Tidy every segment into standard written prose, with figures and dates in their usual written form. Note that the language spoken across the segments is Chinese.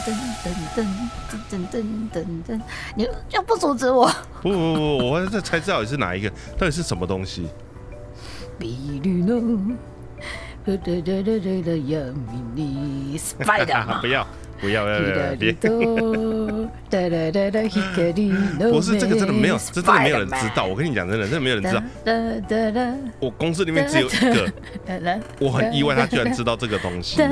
噔，你又不阻止我？ 不，我在猜到底是哪一个，到底是什么东西？ Spider， 不要，别！不是这个真的没有，这真的没有人知道。我跟你讲，真的没有人知道。我公司里面只有一个，我很意外，他居然知道这个东西。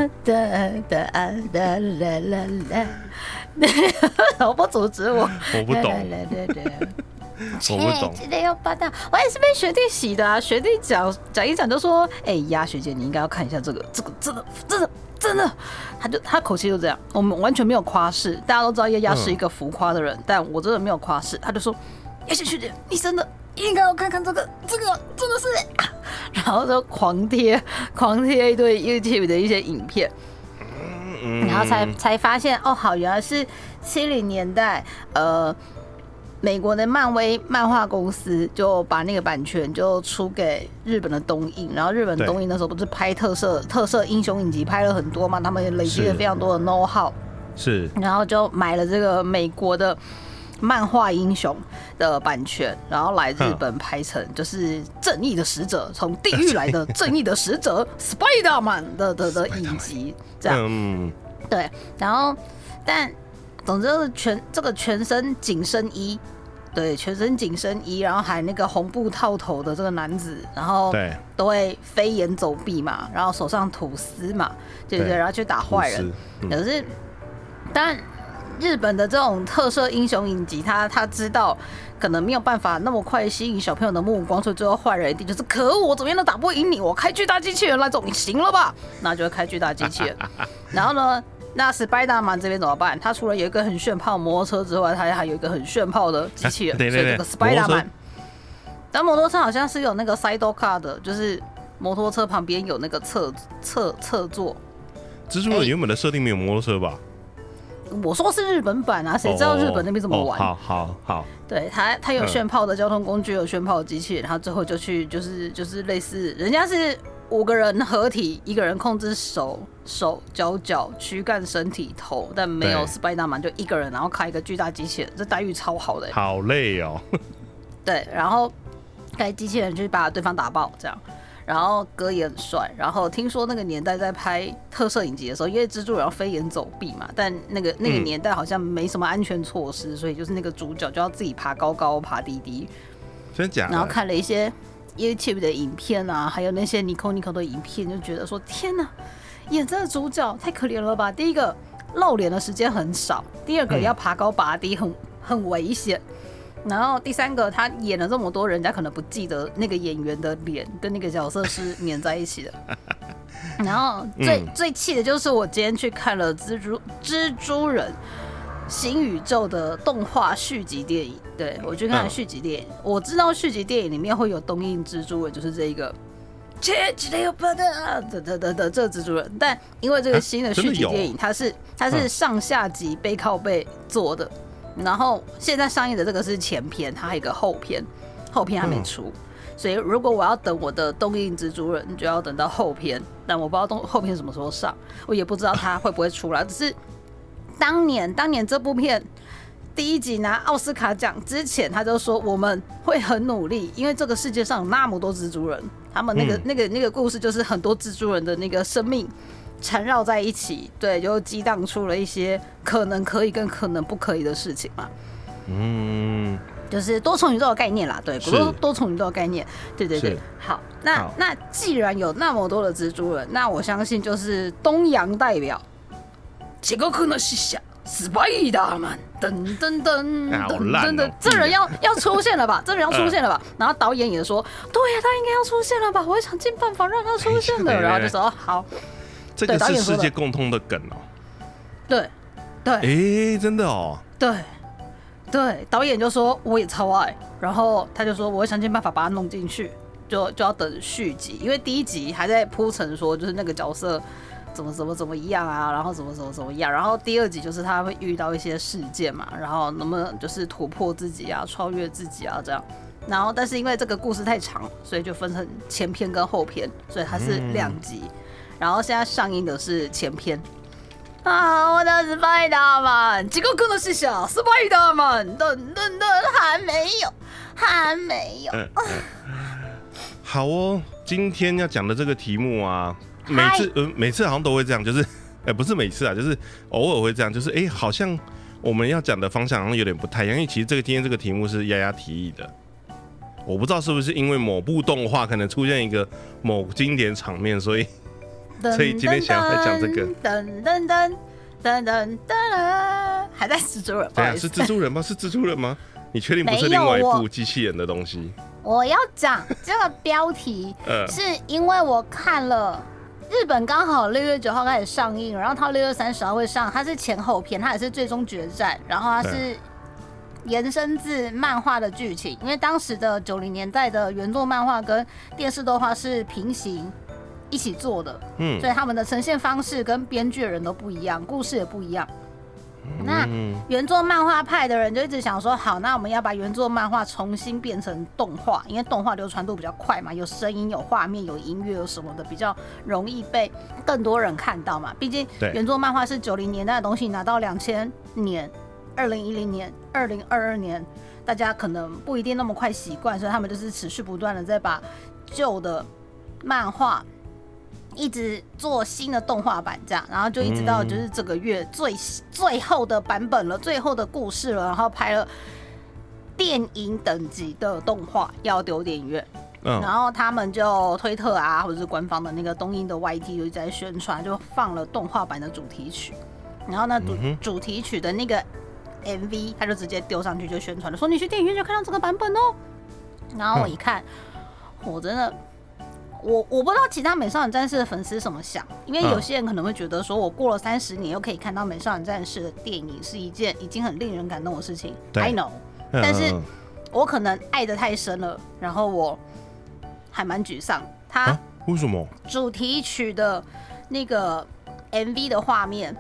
我不阻止我， 我不懂。我不懂。 今天要办到，我也是被学弟洗的啊。学弟讲一讲就说：“呀，学姐，你应该要看一下这个真的。”他口气就这样，我们完全没有夸饰。大家都知道丫是一个浮夸的人，但我真的没有夸饰。他就说：“学姐，你真的应该要看看这个真的是。”然后就狂贴一堆 YouTube 的一些影片。然后才发现好，原来是70年代，美国的漫威漫画公司就把那个版权就出给日本的东映，然后日本东映那时候不是拍特色英雄影集拍了很多嘛，他们也累积了非常多的 know how， 是， 然后就买了这个美国的漫画英雄的版权，然后来日本拍成就是正义的使者，从地狱来的正义的使者 Spider-Man 的影集，这样，对，然后但总之这个全身紧身衣，对，全身紧身衣，然后还那个红布套头的这个男子，然后都会飞檐走壁嘛，然后手上吐丝嘛，对不对？然后去打坏人，可是但日本的这种特色英雄影集，他知道可能没有办法那么快吸引小朋友的目光，所以最后坏人一定就是可恶，我怎么样都打不赢你，我开巨大机器人来走，你行了吧？那就会开巨大机器人，然后呢？那 Spider-Man 这边怎么办？他除了有一个很炫炮的摩托车之外，他还有一个很炫炮的机器人，所以这个 Spider-Man， 但摩托车好像是有那个 sidecar 的，就是摩托车旁边有那个侧座。 蜘蛛人原本的设定没有摩托车吧？ 我说是日本版啊，谁知道日本那边怎么玩？ 好。 对，他有炫炮的交通工具，有炫炮的机器人，然后最后就去就是类似人家是5个人合体，一个人控制手脚躯干身体头，但没有 Spider-Man 就一个人，然后开一个巨大机器人，这待遇超好的。 好累哦。 对，然后开机器人去把对方打爆这样。然后歌也很帅，然后听说那个年代在拍特摄影集的时候，因为蜘蛛人要飞檐走壁嘛，但那个年代好像没什么安全措施，所以就是那个主角就要自己爬高高爬低低。 真假的？ 然后看了一些 YouTube 的影片啊，还有那些Nico 的影片，就觉得说天哪，演这个主角太可怜了吧！第一个露脸的时间很少，第二个要爬高爬低很危险。然后第三个，他演了这么多，人家可能不记得那个演员的脸跟那个角色是粘在一起的。然后最气的就是我今天去看了蜘蛛人新宇宙的动画续集电影，对，我去看了续集电影。我知道续集电影里面会有东映蜘蛛人，就是这一个的这蜘蛛人，但因为这个新的续集电影，它是上下集背靠背做的。然后现在上映的这个是前篇，它还有一个后篇还没出，所以如果我要等我的东映蜘蛛人，就要等到后篇，但我不知道后篇什么时候上，我也不知道它会不会出来。只是当年这部片第1集拿奥斯卡奖之前，他就说我们会很努力，因为这个世界上有那么多蜘蛛人，他们那个故事就是很多蜘蛛人的那个生命缠绕在一起，对，就激荡出了一些可能可以跟可能不可以的事情嘛。就是多重宇宙的概念啦，对，多重宇宙的概念，对。好，那既然有那么多的蜘蛛人，那我相信就是东洋代表，这个可能是下Spider-Man， 噔噔噔，这人要出现了吧？然后导演也说，对呀，他应该要出现了吧？我会想尽办法让他出现的。然后就说好。 这个是世界共通的梗哦。 对， 真的哦。 对，导演就说我也超爱，然后他就说我会想尽办法把它弄进去，就要等续集，因为第1集还在铺陈说就是那个角色怎么样啊，然后怎么样，然后第2集就是他会遇到一些事件嘛，然后能不能就是突破自己啊，超越自己啊这样。然后但是因为这个故事太长，所以就分成前篇跟后篇，所以它是2集。然后现在上映的是前篇， 啊，我的 Spider-Man，地獄の使者 Spider-Man， 还没有。 好哦，今天要讲的这个题目啊，每次好像都会这样，就是不是每次啊，就是偶尔会这样，就是好像我们要讲的方向好像有点不太一样，因为其实今天这个题目是丫丫提议的，我不知道是不是因为某部动画可能出现一个某经典场面，所以今天想要来讲这个。 还在蜘蛛人？ 对啊，是蜘蛛人吗？是蜘蛛人吗？你确定不是另外一部机器人的东西？ 我要讲这个标题，是因为我看了日本刚好6月9号开始上映，然后它6月30号会上，它是前后篇，它也是最终决战，然后它是延伸自漫画的剧情，因为当时的90年代的原作漫画跟电视动画是平行一起做的，所以他们的呈现方式跟编剧的人都不一样，故事也不一样。那原作漫画派的人就一直想说，好，那我们要把原作漫画重新变成动画，因为动画流传度比较快嘛，有声音、有画面、有音乐、有什么的，比较容易被更多人看到嘛。毕竟原作漫画是90年代的东西，拿到2000年、2010年、2022年，大家可能不一定那么快习惯，所以他们就是持续不断的在把旧的漫画一直做新的动画版，这样，然后就一直到就是这个月最后的版本了，最后的故事了，然后拍了电影等级的动画要丢电影院，然后他们就推特啊，或者是官方的那个东映的 YT 就一直在宣传，就放了动画版的主题曲，然后呢主题曲的那个 MV 他就直接丢上去就宣传了，说你去电影院就看到这个版本哦。然后我一看，我真的。我不知道其他美少女战士的粉丝怎么想，因为有些人可能会觉得说，我过了30年又可以看到美少女战士的电影是一件已经很令人感动的事情。I know， 但是我可能爱得太深了，然后我还蛮沮丧。他为什么？ 主题曲的那个 MV 的画面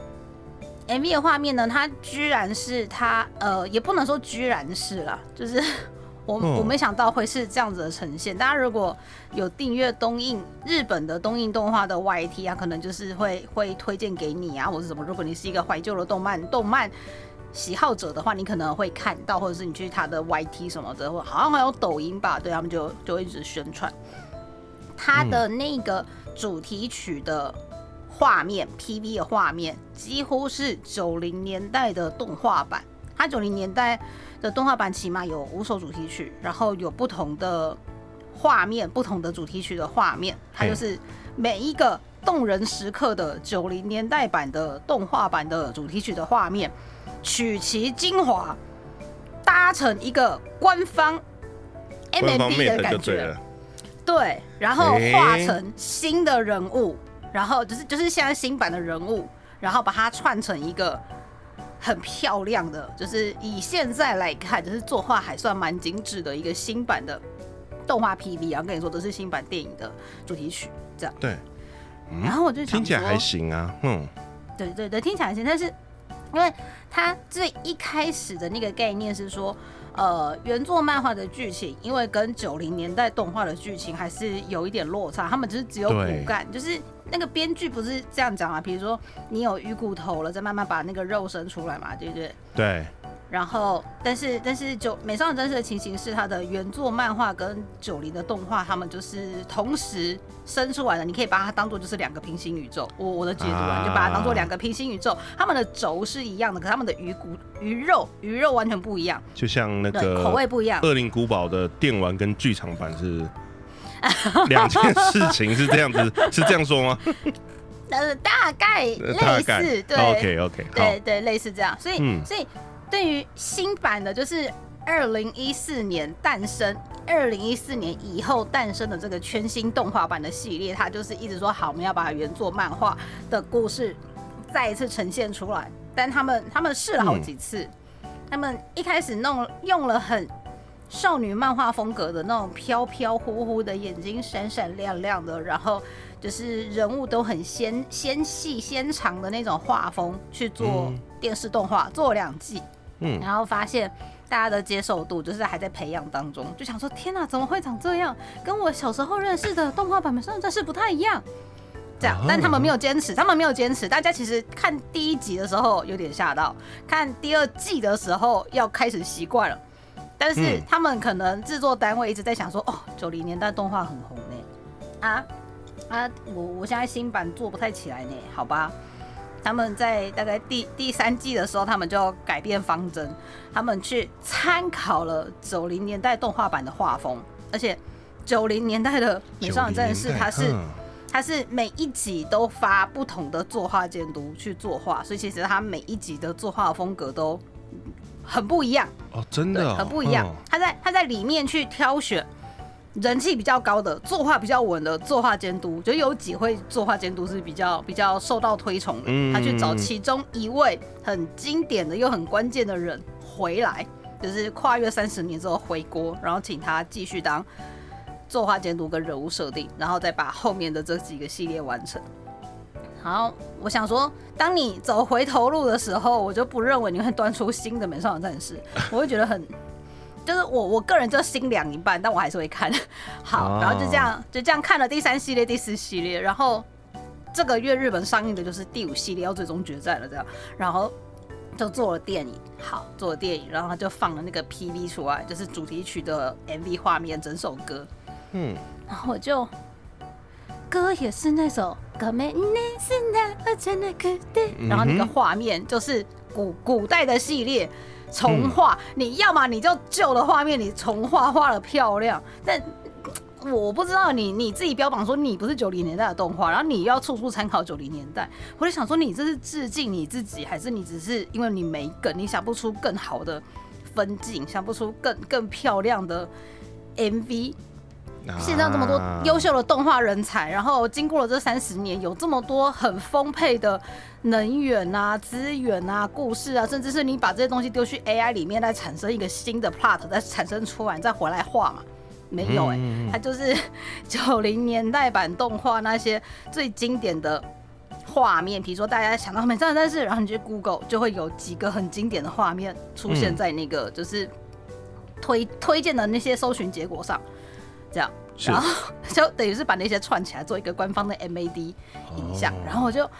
呢，它居然是也不能说居然是啦，就是。我没想到会是这样子的呈现。大家如果有订阅日本的东映动画的 YT 啊，可能就是会推荐给你啊，或者什么。如果你是一个怀旧的动漫喜好者的话，你可能会看到，或者是你去他的 YT 什么的，或好像还有抖音吧，对他们就一直宣传他的那个主题曲的画面 ，PV 的画面几乎是90年代的动画版。它90年代的动画版起码有5首主题曲，然后有不同的画面，不同的主题曲的画面，它就是每一个动人时刻的90年代版的动画版的主题曲的画面，取其精华，搭成一个官方 MMB 的感觉，对，然后画成新的人物，然后就是现在新版的人物，然后把它串成一个。很漂亮的，就是以现在来看，就是作画还算蛮精致的一个新版的动画 PV， 然后跟你说这是新版电影的主题曲，这样。 对。 然后我就想说听起来还行啊， 对，听起来还行，但是因为它最一开始的那个概念是说，原作漫画的剧情，因为跟90年代动画的剧情还是有一点落差，他们只有骨干，就是那个编剧不是这样讲啊，比如说你有鱼骨头了，再慢慢把那个肉生出来嘛，对不对？ 对。 然后，但是美少女战士的情形是，它的原作漫画跟90的动画，他们就是同时生出来的，你可以把它当做就是2个平行宇宙。我的解读啊，就把它当做2个平行宇宙，他们的轴是一样的，可是他们的鱼肉完全不一样， 就像那个口味不一样。 恶灵古堡的电玩跟剧场版是2件事情，是这样子，是这样说吗？ 大概类似，对 ，OK， 对，类似这样，所以对于新版的，就是2014年诞生，2014年以后诞生的这个全新动画版的系列，它就是一直说好，我们要把原作漫画的故事再一次呈现出来。但他们试了好几次，他们一开始用了很少女漫画风格的那种飘飘忽忽的眼睛闪闪亮亮的，然后就是人物都很纤细纤长的那种画风去做电视动画，做了2季。然后发现大家的接受度就是还在培养当中，就想说天哪，怎么会长这样？跟我小时候认识的动画版美少女战士不太一样。 这样，但他们没有坚持，大家其实看第1集的时候有点吓到，看第2季的时候要开始习惯了。但是他们可能制作单位一直在想说，哦，90年代动画很红呢，我现在新版做不太起来呢，好吧。他们在大概第3季的时候，他们就改变方针，他们去参考了90年代动画版的画风，而且90年代的美少女战士它是每一集都发不同的作画监督去作画，所以其实它每一集的作画风格都很不一样哦，真的、 很不一样。他在里面去挑选人气比较高的、作画比较稳的作画监督，就有几位作画监督是比较受到推崇的。他去找其中一位很经典的又很关键的人回来，就是跨越30年之后回国，然后请他继续当作画监督跟人物设定，然后再把后面的这几个系列完成。好，我想说，当你走回头路的时候，我就不认为你会端出新的美少女战士，我会觉得很，就是我个人就心凉一半，但我还是会看。好，然后就这样看了第3系列、第4系列，然后这个月日本上映的就是第5系列要最终决战了，这样，然后就做了电影，做了电影，然后他就放了那个 PV 出来，就是主题曲的 MV 画面，整首歌，然后我就。歌也是那首，然后那个画面就是古代的系列重画，你要么你就旧的画面你重画得漂亮，但我不知道你自己标榜说你不是90年代的动画，然后你要处处参考90年代，我就想说你这是致敬你自己，还是你只是因为你没梗，你想不出更好的分镜，想不出更漂亮的 MV。现在这么多优秀的动画人才，然后经过了这30年，有这么多很丰沛的能源啊、资源啊、故事啊，甚至是你把这些东西丢去 AI 里面，再产生一个新的 plot， 再产生出来，再回来画嘛？没有它就是90年代版动画那些最经典的画面，比如说大家想到美少女战士，然后你去 Google 就会有几个很经典的画面出现在那个就是推荐的那些搜寻结果上。这样，然后就等于是把那些串起来做一个官方的 MAD 影像，然后我就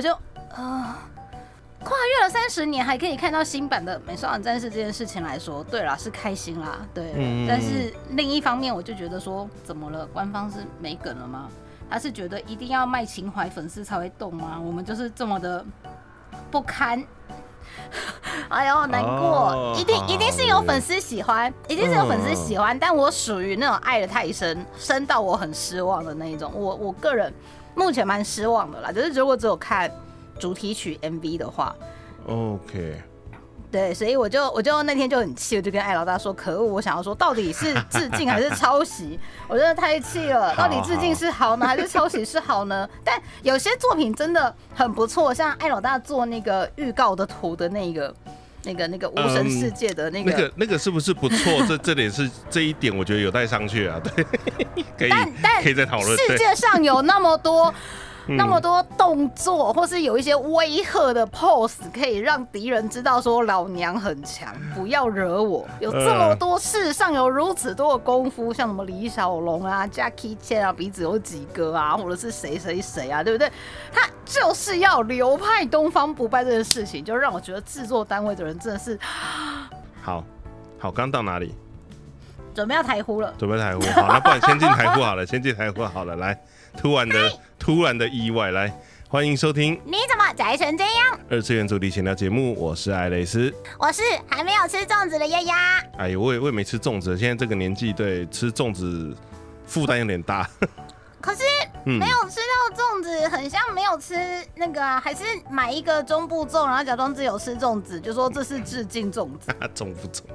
跨越了30年还可以看到新版的美少女战士这件事情来说，对啦是开心啦，对，但是另一方面我就觉得说，怎么了？官方是没梗了吗？他是觉得一定要卖情怀粉丝才会动吗？我们就是这么的不堪。哎呦，难过！一定是有粉丝喜欢，但我属于那种爱得太深到我很失望的那一种。我个人目前蛮失望的啦，就是如果只有看主题曲 MV 的话 ，OK。 对，所以我就那天就很气，我就跟艾老大说：“可恶！我想要说，到底是致敬还是抄袭？我真的太气了。到底致敬是好呢，还是抄袭是好呢？但有些作品真的很不错，像艾老大做那个预告的图的那个无神世界的那个是不是不错？这一点，我觉得有待商榷啊。对，可以再讨论。 世界上有那么多。那么多动作，或是有一些威吓的 pose， 可以让敌人知道说老娘很强，不要惹我。有这么多，世上有如此多的功夫，像什么李小龙啊、Jackie Chan 啊，鼻子有几个啊，或者是谁啊，对不对？他就是要流派东方不败这件事情，就让我觉得制作单位的人真的是好，刚到哪里？ 准备要台呼了。 好，那不然先进台呼好了，来。突然的意外，来欢迎收听。 你怎么宅成这样 ？2次元主题闲聊节目，我是艾蕾丝， 我是还没有吃粽子的丫丫。 哎呦，我也没吃粽子，现在这个年纪，对吃粽子负担有点大。 可是没有吃到粽子，很像没有吃那个啊，还是买一个中部粽，然后假装自己有吃粽子，就说这是致敬粽子。 中不中？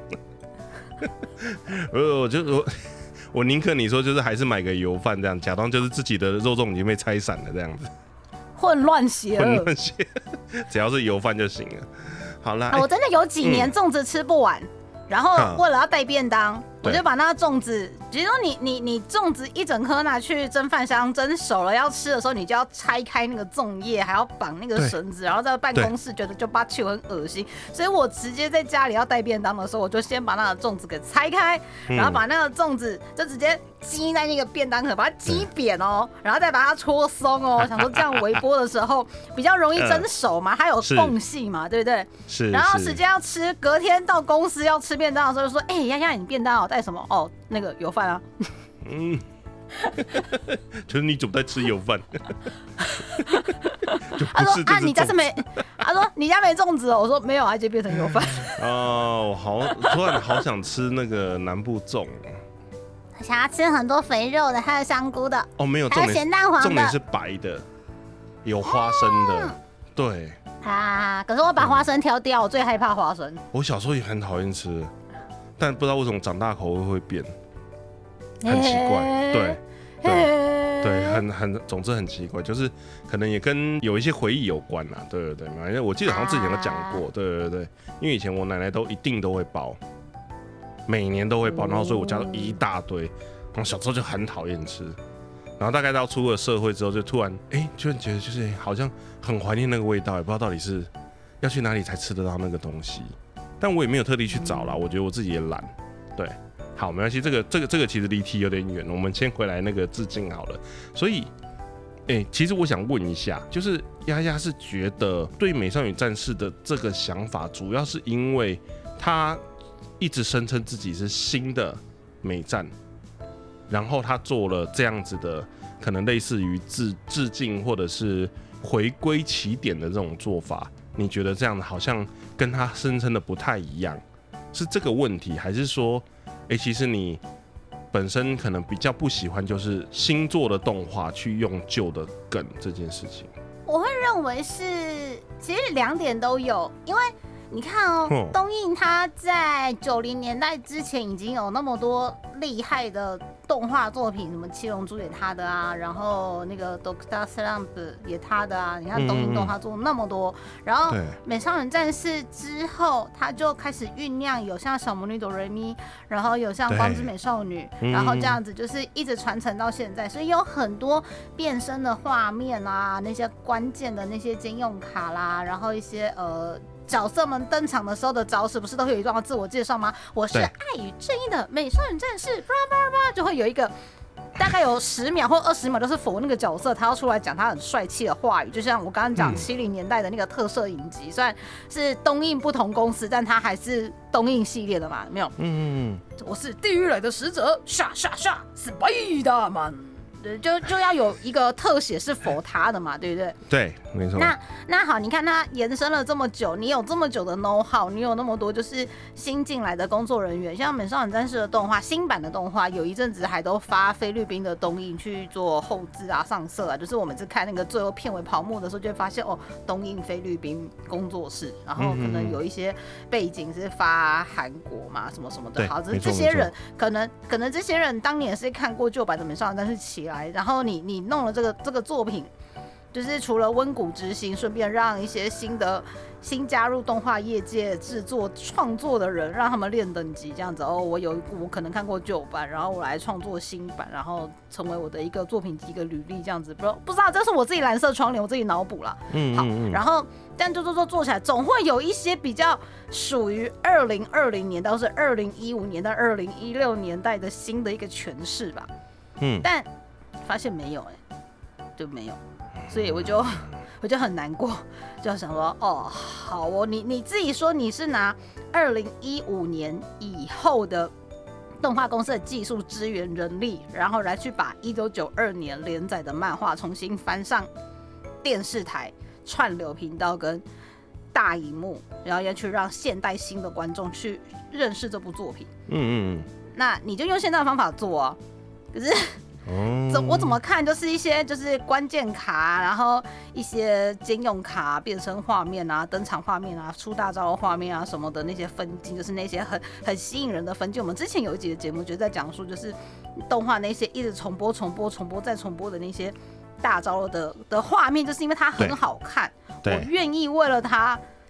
我宁可你说就是还是买个油饭这样，假装就是自己的肉粽已经被拆散了这样子。 混乱邪恶， 只要是油饭就行了。好啦， 我真的有几年粽子吃不完，然后为了要带便当， 我就把那个粽子，比如说你粽子一整颗拿去蒸饭箱蒸熟了，要吃的时候你就要拆开那个粽叶，还要绑那个绳子，然后在办公室觉得就把球很恶心，所以我直接在家里要带便当的时候，我就先把那个粽子给拆开，然后把那个粽子就直接挤在那个便当盒，把它挤扁哦，然后再把它搓松哦，想说这样微波的时候比较容易蒸熟嘛，它有缝隙嘛，对不对？ 是。 然后时间要吃，隔天到公司要吃便当的时候就说，哎，丫丫你便当带什么？哦，那个油饭啊。 就是你怎么在吃油饭？ 他说啊，你家是没？他说你家没粽子哦。我说没有，就变成油饭。 哦，突然好想吃那个南部粽。 想要吃很多肥肉的，还有香菇的。 哦，没有， 还有咸蛋黄的。 重点是白的，有花生的。对。 啊，可是我把花生挑掉，我最害怕花生。 我小时候也很讨厌吃，但不知道为什么长大口味会变，很奇怪。对，总之很奇怪，就是可能也跟有一些回忆有关啦。对，反正我记得好像之前有讲过。对，因为以前我奶奶一定都会包，每年都会包，然后所以我家都一大堆，然后小时候就很讨厌吃。然后大概到出了社会之后，就突然就觉得就是好像很怀念那个味道，也不知道到底是要去哪里才吃得到那个东西。但我也没有特地去找啦，我觉得我自己也懒。对，好，没关系，这个其实离题有点远，我们先回来那个致敬好了。所以，其实我想问一下，就是丫丫是觉得对美少女战士的这个想法，主要是因为她一直声称自己是新的美战。然后他做了这样子的，可能类似于致敬或者是回归起点的这种做法，你觉得这样好像跟他声称的不太一样，是这个问题，还是说，其实你本身可能比较不喜欢就是新做的动画去用旧的梗这件事情？ 我会认为是，其实两点都有，因为你看哦，东映他在90年代之前已经有那么多厉害的动画作品，什么七龙珠也他的啊，然后那个 Dr. Slump 也他的啊，你看东映动画做那么多，然后美少女战士之后，他就开始酝酿有像小魔女哆瑞咪，然后有像光之美少女，然后这样子就是一直传承到现在，所以有很多变身的画面啊，那些关键的那些兼用卡啦，然后一些角色们登场的时候的招式，不是都会有一段自我介绍吗？我是爱与正义的美少女战士，就会有一个大概有10秒或20秒，都是否那个角色他要出来讲他很帅气的话语，就像我刚刚讲70年代的那个特摄影集，虽然是东映不同公司，但它还是东映系列的嘛，没有？我是地狱来的使者，唰Spider-Man。就要有一个特写是否他的嘛，对不对？ 对，没错。 那好，你看他延伸了这么久，你有这么久的 know how， 你有那么多就是新进来的工作人员，像美少女战士的动画，新版的动画有一阵子还都发菲律宾的东映去做后制啊、上色啊，就是我每次看那个最后片尾跑幕的时候，就会发现东映菲律宾工作室，然后可能有一些背景是发韩国嘛，什么什么的。好，这些人可能这些人当年是看过旧版的美少女战士起来。然后你弄了这个作品，就是除了温故知新，顺便让一些新加入动画业界制作创作的人，让他们练等级，这样子我可能看过旧版，然后我来创作新版，然后成为我的一个作品集一个履历，这样子不知道，这是我自己蓝色窗帘，我自己脑补啦。好，然后但做起来，总会有一些比较属于2020年到是2015年到2016年代的新的一个诠释吧。但发现没有就没有，所以我就很难过，就想说好你自己说你是拿2015年以后的动画公司的技术资源人力，然后来去把1992年连载的漫画重新翻上电视台串流频道跟大荧幕，然后要去让现代新的观众去认识这部作品。那你就用现在的方法做啊，可是我怎么看就是一些就是关键卡，然后一些兼用卡、变身画面啊、登场画面啊、出大招的画面啊什么的那些分镜，就是那些很吸引人的分镜。我们之前有一集的节目就在讲述，就是动画那些一直重播再重播的那些。 大招的画面，就是因为它很好看，我愿意为了它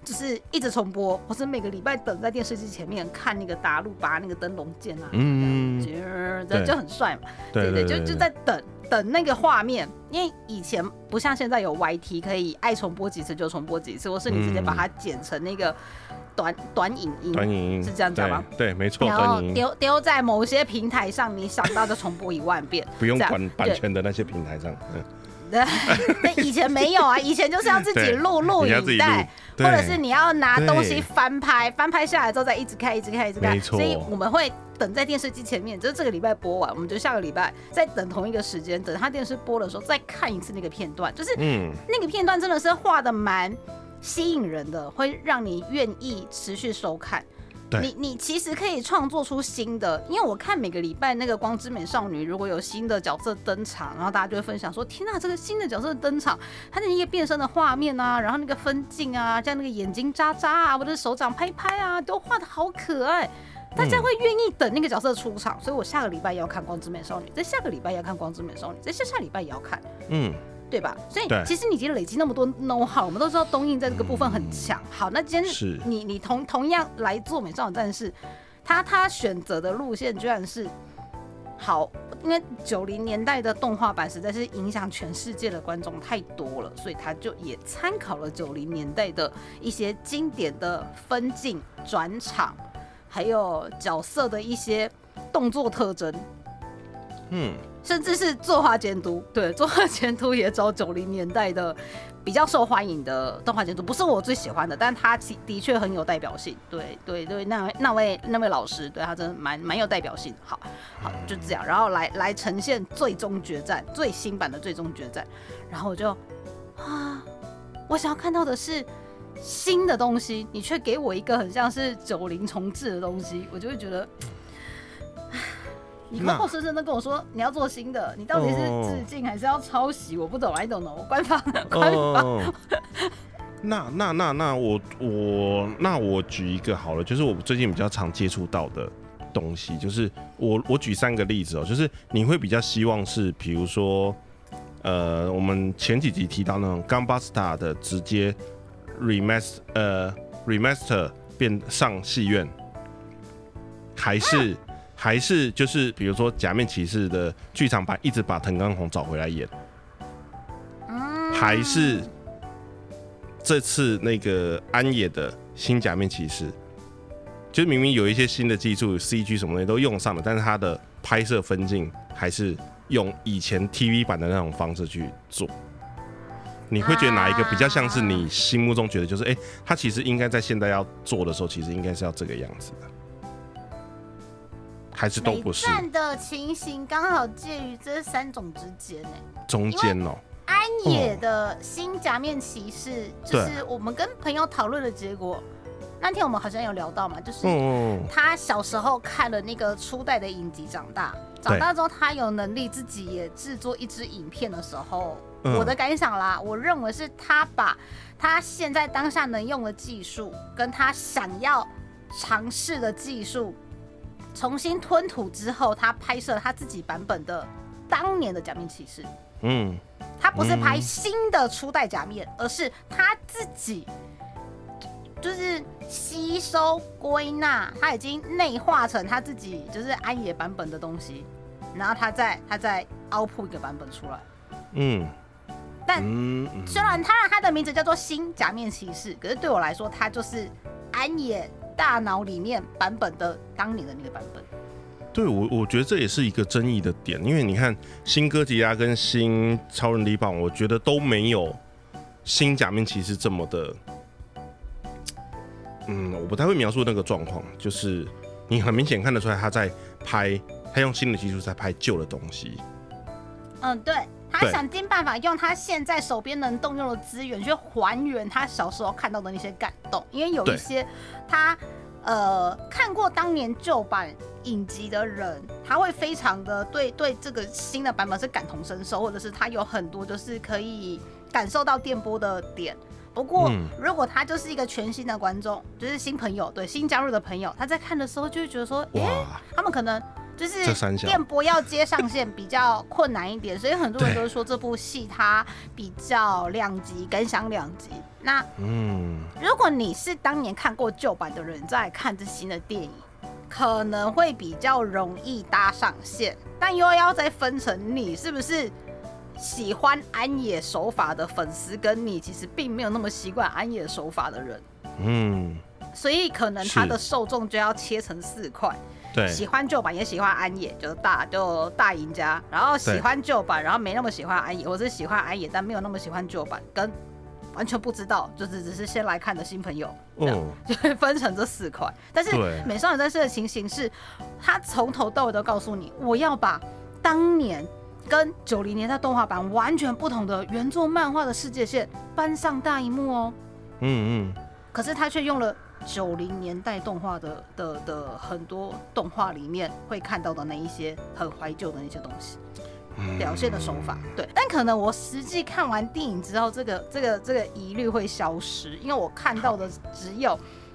就是一直重播，或是每个礼拜等在电视机前面看那个达陆拔那个灯笼剑啊，就很帅嘛。对，就在等那个画面，因为以前不像现在有 YT 可以爱重播几次就重播几次，或是你直接把它剪成那个短影音，是这样讲吗？ 对，没错。 然后丢在某些平台上，你想到就重播1万遍， 不用管版权的那些平台上。 对，以前没有啊，以前就是要自己录影带，或者是你要拿东西翻拍下来之后再一直看，所以我们会等在电视机前面，就是这个礼拜播完，我们就下个礼拜再等同一个时间，等他电视播的时候再看一次那个片段，就是那个片段真的是画的蛮吸引人的，会让你愿意持续收看。你其实可以创作出新的，因为我看每个礼拜那个光之美少女如果有新的角色登场，然后大家就会分享说，天哪，这个新的角色登场，他的一个变身的画面啊，然后那个分镜啊，像那个眼睛眨眨啊，或者手掌拍拍啊，都画得好可爱，大家会愿意等那个角色出场，所以我下个礼拜也要看光之美少女，在下个礼拜也要看光之美少女，在下礼拜也要看，对吧？所以其实你已经累积那么多 know how， 我们都知道东映在这个部分很强。好，那今天你同样来做美少女战士，他选择的路线居然是好，因为90年代的动画版实在是影响全世界的观众太多了，所以他就也参考了90年代的一些经典的分镜、转场，还有角色的一些动作特征。甚至是作画监督，对，作画监督也找90年代的比较受欢迎的动画监督，不是我最喜欢的，但他的确很有代表性。对，那位老师，对他真的蛮有代表性。好，就这样，然后来呈现最终决战，最新版的最终决战。然后我就我想要看到的是新的东西，你却给我一个很像是90重置的东西，我就会觉得。你口口声声的跟我说你要做新的，你到底是致敬还是要抄袭？我不懂 ，I don't know。官方。 那我举一个好了，就是我最近比较常接触到的东西，就是我举3个例子哦，就是你会比较希望是，比如说我们前几集提到那种 Gunbuster 的直接 remaster 变上戏院，还是就是比如说假面骑士的剧场版一直把藤冈弘找回来演，还是这次那个安野的新假面骑士，就是明明有一些新的技术 CG 什么的都用上了，但是它的拍摄分镜还是用以前 TV 版的那种方式去做。你会觉得哪一个比较像是你心目中觉得就是它其实应该在现在要做的时候，其实应该是要这个样子的？还是都不是？ 美战的情形刚好介于这3种之间中间哦。 安野的新假面骑士，就是我们跟朋友讨论的结果。那天我们好像有聊到嘛，就是他小时候看了那个初代的影集长大之后，他有能力自己也制作一支影片的时候，我的感想啦，我认为是他把他现在当下能用的技术，跟他想要尝试的技术。重新吞吐之后，他拍摄他自己版本的当年的假面骑士。他不是拍新的初代假面，而是他自己就是吸收归纳，他已经内化成他自己就是安野版本的东西，然后他再output一个版本出来。但虽然他的名字叫做新假面骑士，可是对我来说，他就是安野大脑里面版本的当年的那个版本。 对，我觉得这也是一个争议的点，因为你看新哥吉拉跟新超人力棒，我觉得都没有新假面骑士这么的，我不太会描述那个状况，就是你很明显看得出来他在拍，他用新的技术在拍旧的东西。 对。他想尽办法用他现在手边能动用的资源去还原他小时候看到的那些感动，因为有一些他看过当年旧版影集的人，他会非常的对这个新的版本是感同身受，或者是他有很多就是可以感受到电波的点。不过如果他就是一个全新的观众，就是新朋友，对新加入的朋友，他在看的时候就会觉得说，他们可能就是这三小电波要接上线比较困难一点，所以很多人都说这部戏它比较两极，感想两极。那如果你是当年看过旧版的人再来看这新的电影，可能会比较容易搭上线，但又要再分成你是不是喜欢安野手法的粉丝，跟你其实并没有那么习惯安野手法的人，所以可能他的受众就要切成4块。对，喜欢旧版也喜欢安野，就大赢家。然后喜欢旧版，然后没那么喜欢安野，或是喜欢安野但没有那么喜欢旧版，跟完全不知道，就是只是先来看的新朋友，这样就会分成这4块。但是《美少女战士》的情形是，他从头到尾都告诉你，我要把当年跟90年代动画版完全不同的原作漫画的世界线搬上大荧幕哦。可是他却用了90年代动画的很多动画里面会看到的那一些很怀旧的那些东西，表现的手法。对，但可能我实际看完电影之后，这个疑虑会消失，因为我看到的只有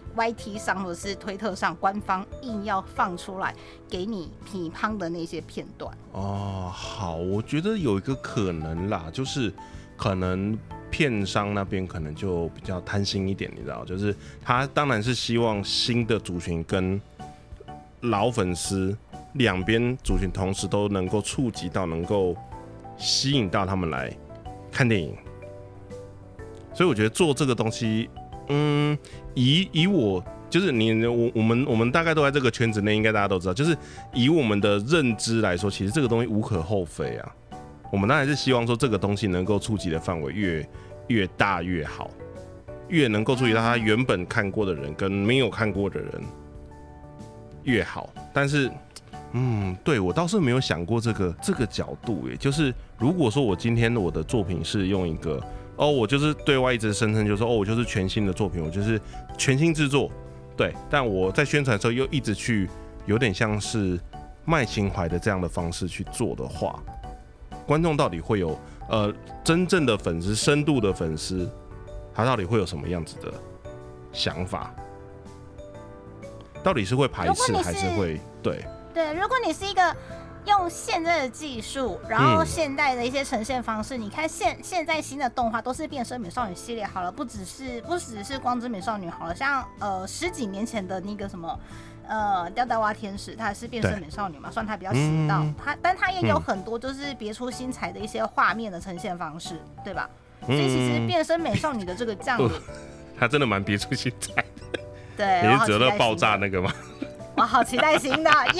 YT 上或者是推特上官方硬要放出来给你批判的那些片段。 好，我觉得有一个可能啦，就是可能片商那边可能就比较贪心一点，你知道，就是他当然是希望新的族群跟老粉丝两边族群同时都能够触及到，能够吸引到他们来看电影。所以我觉得做这个东西，以我就是我们大概都在这个圈子内，应该大家都知道，就是以我们的认知来说，其实这个东西无可厚非啊。我们当然是希望说这个东西能够触及的范围越大越好，越能够触及到他原本看过的人跟没有看过的人越好。但是，对，我倒是没有想过这个角度耶。就是如果说我今天我的作品是用一个我就是对外一直声称就是说我就是全新的作品，我就是全新制作，对，但我在宣传的时候又一直去有点像是卖情怀的这样的方式去做的话，观众到底会有真正的粉丝、深度的粉丝，他到底会有什么样子的想法？到底是会排斥还是会对？ 如果你是一个用现在的技术，然后现代的一些呈现方式，你看现在新的动画都是变身美少女系列好了，不只是光之美少女好了，像10几年前的那个什么。吊带蛙天使，她是变身美少女嘛，算她比较邪道，但她也有很多就是别出心裁的一些画面的呈现方式，对吧？所以其实变身美少女的这个降临， 她真的蛮别出心裁的。 对， 你是折了爆炸那个吗？ 我好期待新的耶！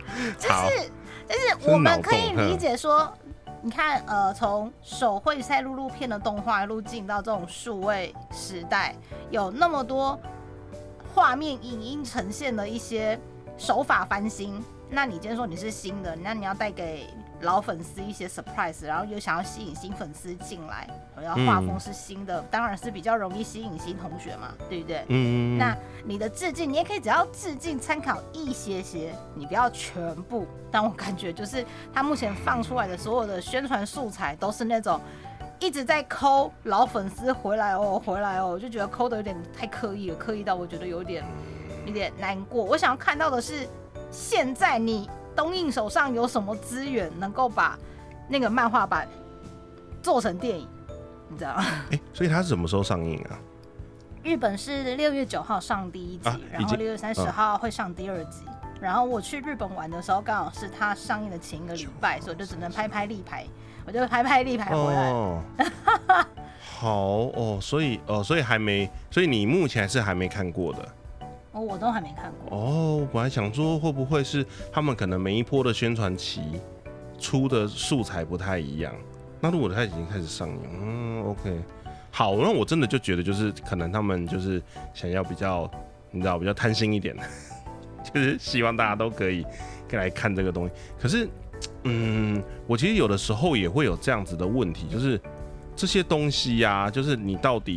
就是我们可以理解说，你看从手绘赛璐璐片的动画一路进到这种数位时代，有那么多画面影音呈现的一些手法翻新，那你今天说你是新的，那你要带给老粉丝一些 surprise， 然后又想要吸引新粉丝进来，然后画风是新的，当然是比较容易吸引新同学嘛，对不对？那你的致敬，你也可以只要致敬参考一些，你不要全部。但我感觉就是他目前放出来的所有的宣传素材都是那种一直在抠老粉丝回来哦，我就觉得抠的有点太刻意了，刻意到我觉得有点难过。我想要看到的是，现在你东映手上有什么资源能够把那个漫画版做成电影，你知道吗？ 所以它是什么时候上映啊？ 日本是6月9号上第1集，然后6月30号会上第2集。然后我去日本玩的时候，刚好是它上映的前1个礼拜，所以我就只能拍立牌。我就拍立牌回来。 好所以还没，所以你目前是还没看过的。 我都还没看过。 我本来想说会不会是他们可能每一波的宣传期出的素材不太一样。那如果它已经开始上映，OK， 好，那我真的就觉得就是可能他们就是想要比较，你知道比较贪心一点，就是希望大家都可以来看这个东西。可是。我其实有的时候也会有这样子的问题，就是这些东西啊，就是你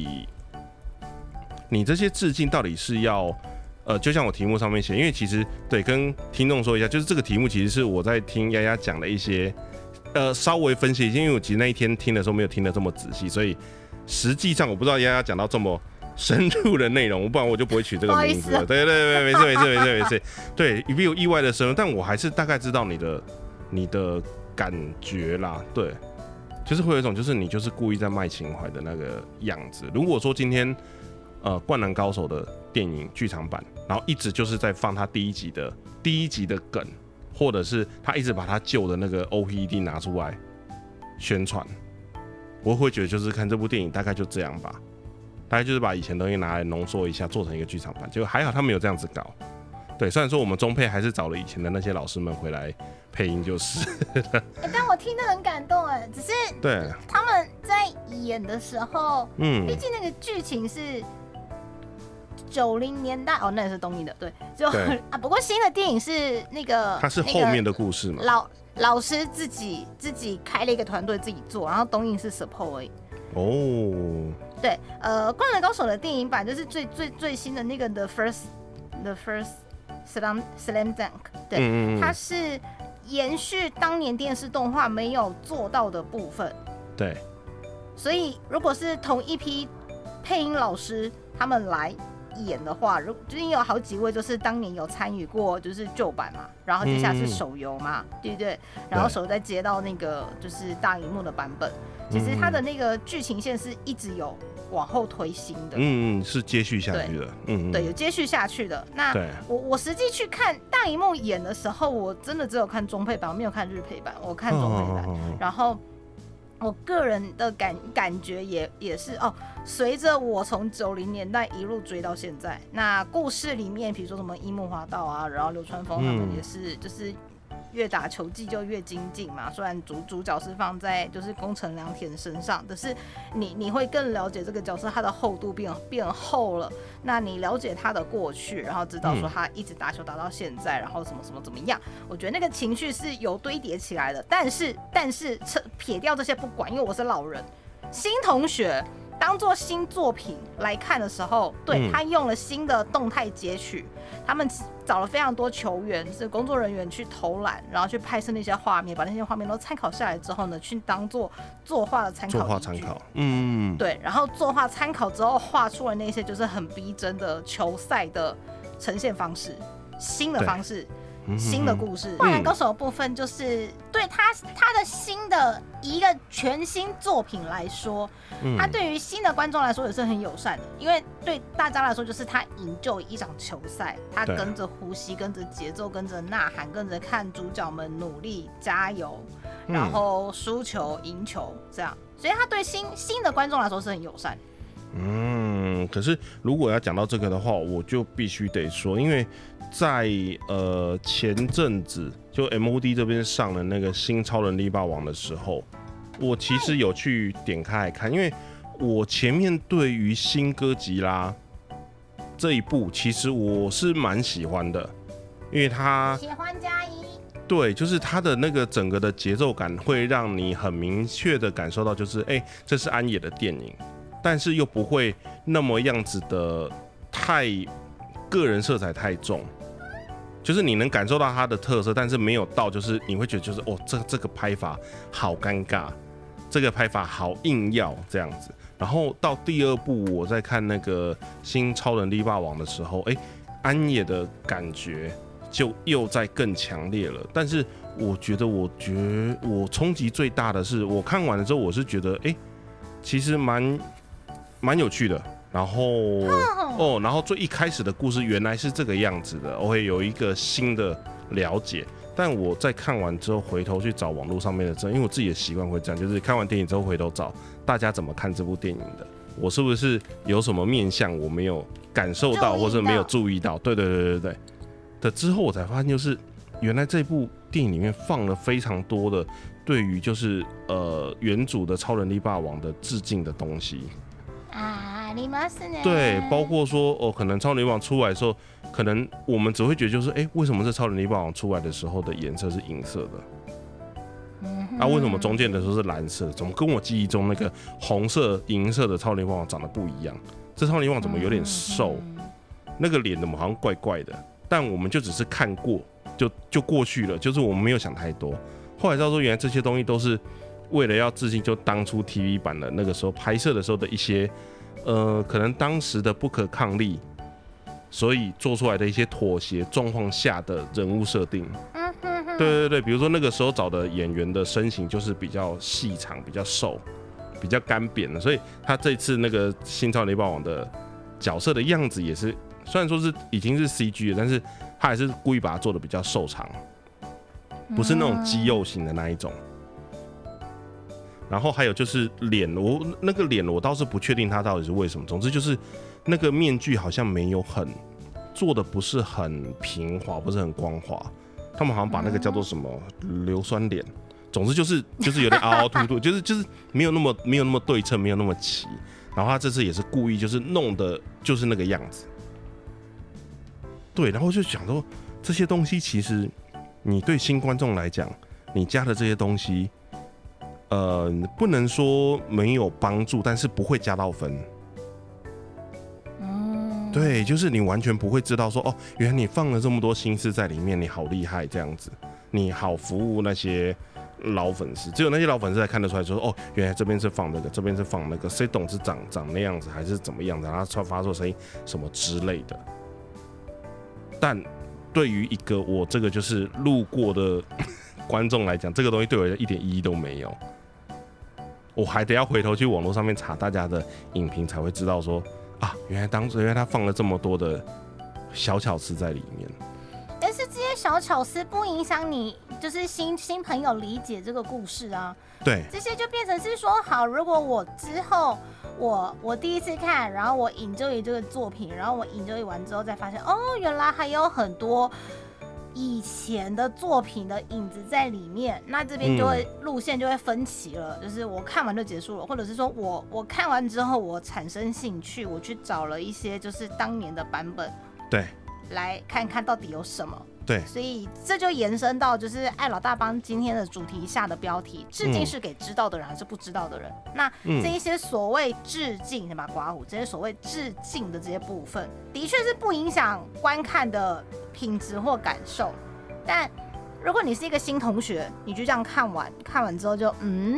这些致敬到底是要就像我题目上面写，因为其实对跟听众说一下，就是这个题目其实是我在听丫丫讲的一些稍微分析一下，因为我其实那一天听的时候没有听得这么仔细，所以实际上我不知道丫丫讲到这么深入的内容，不然我就不会取这个名字了。对，没事。对，比有意外的深入，但我还是大概知道你的感觉啦。对，就是会有一种就是你就是故意在卖情怀的那个样子。如果说今天灌篮高手的电影剧场版，然后一直就是在放他第一集的梗，或者是他一直把他旧的那个 OPED 拿出来宣传，我会觉得就是看这部电影大概就这样吧，大概就是把以前的东西拿来浓缩一下，做成一个剧场版。结果还好他没有这样子搞。对，虽然说我们中配还是找了以前的那些老师们回来配音，就是。 但我听得很感动哎，只是对他们在演的时候，毕竟那个剧情是90年代哦，那也是东映的，对，不过新的电影是那个， 它是后面的故事嘛， 老师自己开了一个团队自己做，然后东映是 support 而已。 哦， 对，灌篮高手的电影版就是最新的那个 The First Slam Dunk， 对，它是延续当年电视动画没有做到的部分。 对， 所以如果是同一批配音老师他们来演的话，就是有好几位就是当年有参与过就是旧版嘛，然后接下来是手游嘛，对不对？然后手游再接到那个就是大荧幕的版本，其实它的那个剧情线是一直有往后推新的， 是接续下去的， 对，有接续下去的。那我实际去看大荧幕演的时候，我真的只有看中配版，我没有看日配版，我看中配版，然后。我个人的感觉也是哦，随着我从90年代一路追到现在，那故事里面，比如说什么樱木花道啊，然后流川枫他们也是，就是越打球技就越精进嘛。虽然主角是放在就是宫城良田身上，但是你会更了解这个角色，他的厚度变厚了。那你了解他的过去，然后知道说他一直打球打到现在，然后什么什么怎么样，我觉得那个情绪是有堆叠起来的。但是撇掉这些不管，因为我是老人，新同学当做新作品来看的时候，对，他用了新的动态截取，他们找了非常多球员是工作人员去投篮，然后去拍摄那些画面，把那些画面都参考下来之后呢，去当做作画的参考。作画参考，对，然后作画参考之后画出了那些就是很逼真的球赛的呈现方式，新的方式。新的故事，灌篮高手的部分就是对他的新的一个全新作品来说，他对于新的观众来说也是很友善的，因为对大家来说就是他营救一场球赛，他跟着呼吸，跟着节奏，跟着呐喊，跟着看主角们努力加油，然后输球赢球这样，所以他对新的观众来说是很友善。 可是如果要讲到这个的话，我就必须得说，因为在前阵子就 MOD 这边上了那个新超人力霸王的时候，我其实有去点开来看，因为我前面对于新哥吉拉这一部其实我是蛮喜欢的，因为他喜欢加一， 对，就是他的那个整个的节奏感会让你很明确的感受到，就是这是安野的电影。但是又不会那么样子的太个人色彩太重，就是你能感受到它的特色，但是没有到就是你会觉得就是这个拍法好尴尬，这个拍法好硬要这样子。然后到第二部我在看那个新超人力霸王的时候，安野的感觉就又再更强烈了。但是我觉得我冲击最大的是，我看完了之后我是觉得其实蛮有趣的，然后最一开始的故事原来是这个样子的，我会有一个新的了解。但我在看完之后回头去找网络上面的资料，因为我自己的习惯会这样，就是看完电影之后回头找大家怎么看这部电影的，我是不是有什么面向我没有感受到或者没有注意到？对的之后我才发现，就是原来这部电影里面放了非常多的对于就是原主的超人力霸王的致敬的东西。对，包括说可能超人力霸王出来的时候，可能我们只会觉得就是为什么这超人力霸王出来的时候的颜色是银色的？为什么中间的时候是蓝色？怎么跟我记忆中那个红色、银色的超人力霸王长得不一样？这超人力霸王怎么有点瘦？那个脸怎么好像怪怪的？但我们就只是看过，就过去了，就是我们没有想太多。后来知道说，原来这些东西都是为了要致敬，就当初 TV 版的那个时候拍摄的时候的一些可能当时的不可抗力，所以做出来的一些妥协状况下的人物设定。对对对，比如说那个时候找的演员的身形就是比较细长、比较瘦、比较干扁的，所以他这次那个新超人猎霸王的角色的样子也是，虽然说是已经是 CG 了，但是他还是故意把它做的比较瘦长，不是那种肌肉型的那一种。然后还有就是脸，那个脸我倒是不确定他到底是为什么。总之就是那个面具好像没有做的不是很平滑，不是很光滑。他们好像把那个叫做什么硫酸脸，总之就是有点凹凹凸凸，就是没有那么对称，没有那么齐。然后他这次也是故意就是弄的就是那个样子。对，然后就想说这些东西其实你对新观众来讲，你加的这些东西，不能说没有帮助，但是不会加到分。对，就是你完全不会知道说，哦，原来你放了这么多心思在里面，你好厉害这样子，你好服务那些老粉丝，只有那些老粉丝才看得出来说，哦，原来这边是放那个，这边是放那个，谁懂是长那样子还是怎么样的，然后发出声音什么之类的。但对于一个我这个就是路过的观众来讲，这个东西对我一点意义都没有。我还得要回头去网络上面查大家的影评，才会知道说。原来他放了这么多的小巧思在里面， 但是这些小巧思不影响你就是新朋友理解这个故事啊。 对， 这些就变成是说，好，如果我之后我第一次看，然后我enjoy这个作品，然后我enjoy完之后再发现，哦，原来还有很多以前的作品的影子在里面，那这边就会路线就会分歧了，就是我看完就结束了，或者是说我看完之后我产生兴趣，我去找了一些就是当年的版本， 对， 来看看到底有什么。 对， 所以这就延伸到就是艾老大帮今天的主题下的标题，致敬是给知道的人还是不知道的人？那这一些所谓致敬，什么刮胡，这些所谓致敬的这些部分，的确是不影响观看的品质或感受。但如果你是一个新同学，你就这样看完之后就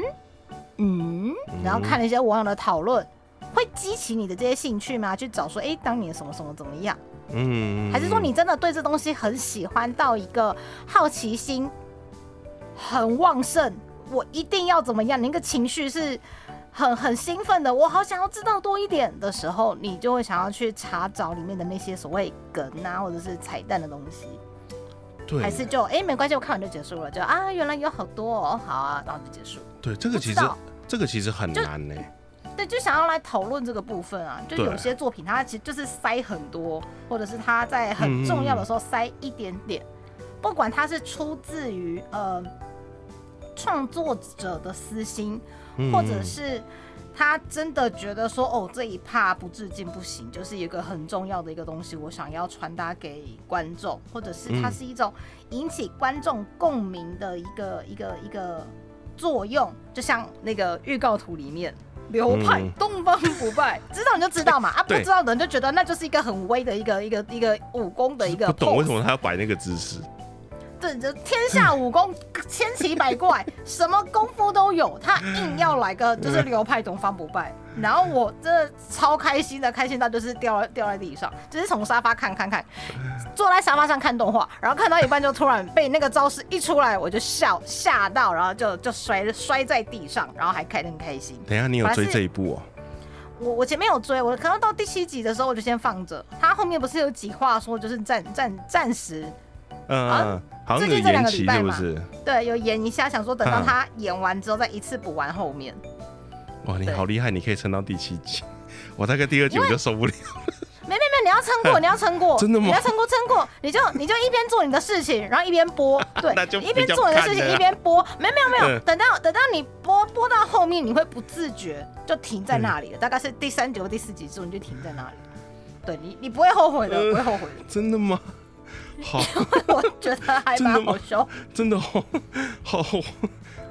然后看了一些网友的讨论，会激起你的这些兴趣吗？去找说，当年什么什么怎么样？还是说你真的对这东西很喜欢到一个好奇心很旺盛，我一定要怎么样？你那个情绪是很兴奋的，我好想要知道多一点的时候，你就会想要去查找里面的那些所谓梗啊，或者是彩蛋的东西。 对， 还是就没关系，我看完就结束了，就原来有好多哦，好啊，然后就结束。 对，这个其实很难呢。 对，就想要来讨论这个部分啊，就有些作品它其实就是塞很多，或者是它在很重要的时候塞一点点，不管它是出自于创作者的私心，或者是他真的觉得说这一趴不致敬不行，就是一个很重要的一个东西，我想要传达给观众，或者是它是一种引起观众共鸣的一个作用，就像那个预告图里面。流派东方不败，知道你就知道嘛，不知道的人就觉得那就是一个很威的一个武功的一个 pose， 不懂为什么他要摆那个姿势。 对，就天下武功千奇百怪，什么功夫都有，他硬要来个就是流派东方不败，然后我真的超开心的，开心到就是掉在地上，就是从沙发看，坐在沙发上看动画，然后看到一半就突然被那个招式一出来，我就吓到，然后就摔在地上，然后还开得很开心。 等一下，你有追这一部哦？ 我前面有追，我可能到第7集的时候我就先放着，他后面不是有几话说就是暂时。 好像有延期是不是？ 对，有延一下，想说等到他演完之后再一次补完后面。 哇，你好厉害，你可以撑到第7集，我大概第2集我就受不了了。 没，你要撑过， 真的吗？ 你要撑过，你就一边做你的事情，然后一边播，对，一边做你的事情一边播，没有，等到你播到后面，你会不自觉就停在那里了，大概是第3集或第4集之后你就停在那里，对你不会后悔的，不会后悔的。 真的吗？好， 因为我觉得还蛮好笑， 真的好，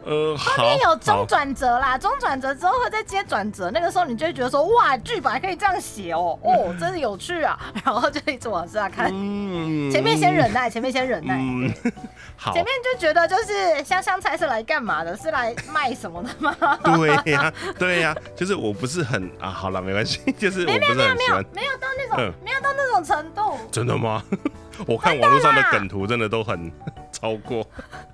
好， 后面有中转折啦，中转折之后会再接转折，那个时候你就会觉得说，哇，剧本还可以这样写哦，真是有趣啊，然后就一直往下看。前面先忍耐， 好， 前面就觉得就是香香菜是来干嘛的？是来卖什么的吗？ 对呀，就是我不是很好了，没关系，就是我不是很喜欢， 没有到那种程度。 真的吗？我看网络上的梗图真的都很超过。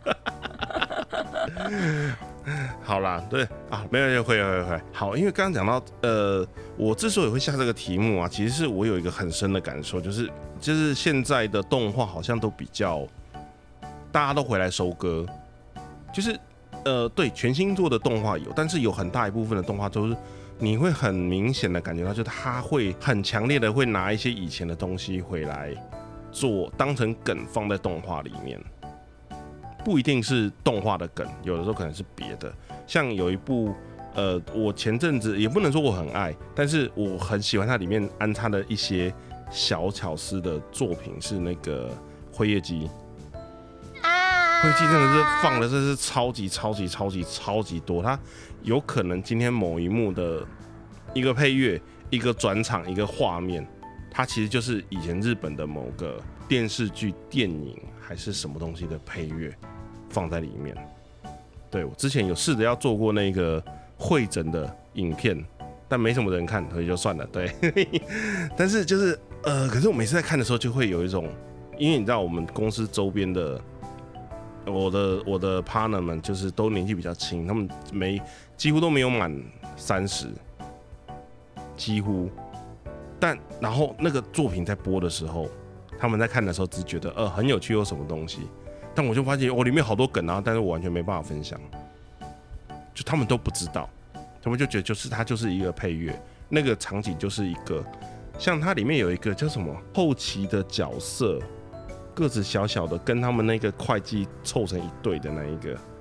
好啦，对啊，没有会。好，因为刚刚讲到，我之所以会下这个题目啊，其实是我有一个很深的感受，就是现在的动画好像都比较，大家都回来收割，就是对全新做的动画有，但是有很大一部分的动画都是你会很明显的感觉到，就是他会很强烈的会拿一些以前的东西回来做，当成梗放在动画里面。不一定是动画的梗，有的时候可能是别的。像有一部，我前阵子也不能说我很爱，但是我很喜欢它里面安插的一些小巧思的作品，是那个《辉夜姬》。辉夜姬真的是放的，真是超级多。它有可能今天某一幕的一个配乐、一个转场、一个画面，它其实就是以前日本的某个电视剧、电影还是什么东西的配乐。放在里面，对，我之前有试着要做过那个汇整的影片，但没什么人看，所以就算了。对，但是就是可是我每次在看的时候，就会有一种，因为你知道我们公司周边的我的 partner 们，就是都年纪比较轻，他们几乎都没有满30，几乎。但然后那个作品在播的时候，他们在看的时候只觉得很有趣，有什么东西。但我就发现里面好多梗啊，但是我完全没办法分享，就他们都不知道，他们就觉得它就是一个配乐，那个场景就是一个，像它里面有一个叫什么后期的角色，个子小小的，跟他们那个会计凑成一对的那一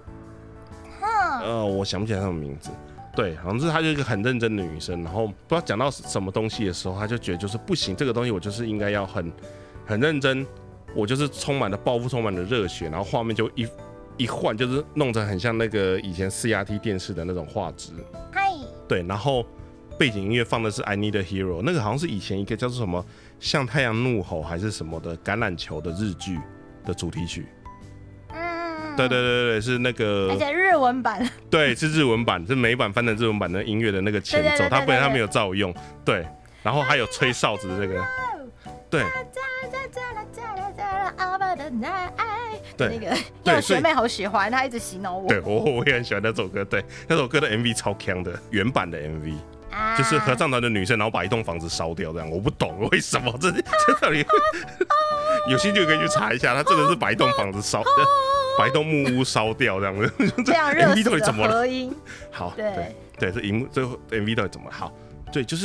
个，我想不起来他的名字，对，好像是她就一个很认真的女生，然后不知道讲到什么东西的时候，她就觉得就是不行，这个东西我就是应该要很认真。我就是充满了抱负，充满了热血，然后画面就一换，就是弄成很像那个以前 CRT 电视的那种画质。对，然后背景音乐放的是 I Need a Hero， 那个好像是以前一个叫做什么像太阳怒吼还是什么的橄榄球的日剧的主题曲。对，是那个， 而且日文版。对， 是日文版，是美版翻成日文版的音乐的那个前奏，它不然它没有照用。对，然后还有吹哨子的那个，对。 对，那个因为我学妹好喜欢，她一直洗脑我。 对，我也很喜欢那首歌。对，那首歌的 MV 超强的，原版的 MV，就是合唱团的女生，然后把一栋房子烧掉，这样我不懂为什么这到底有兴趣可以去查一下，他真的是把一栋房子烧，把一栋木屋烧掉这样子。 这样热血的合音。 好，对，这这 MV 到底怎么了？好，对，就是。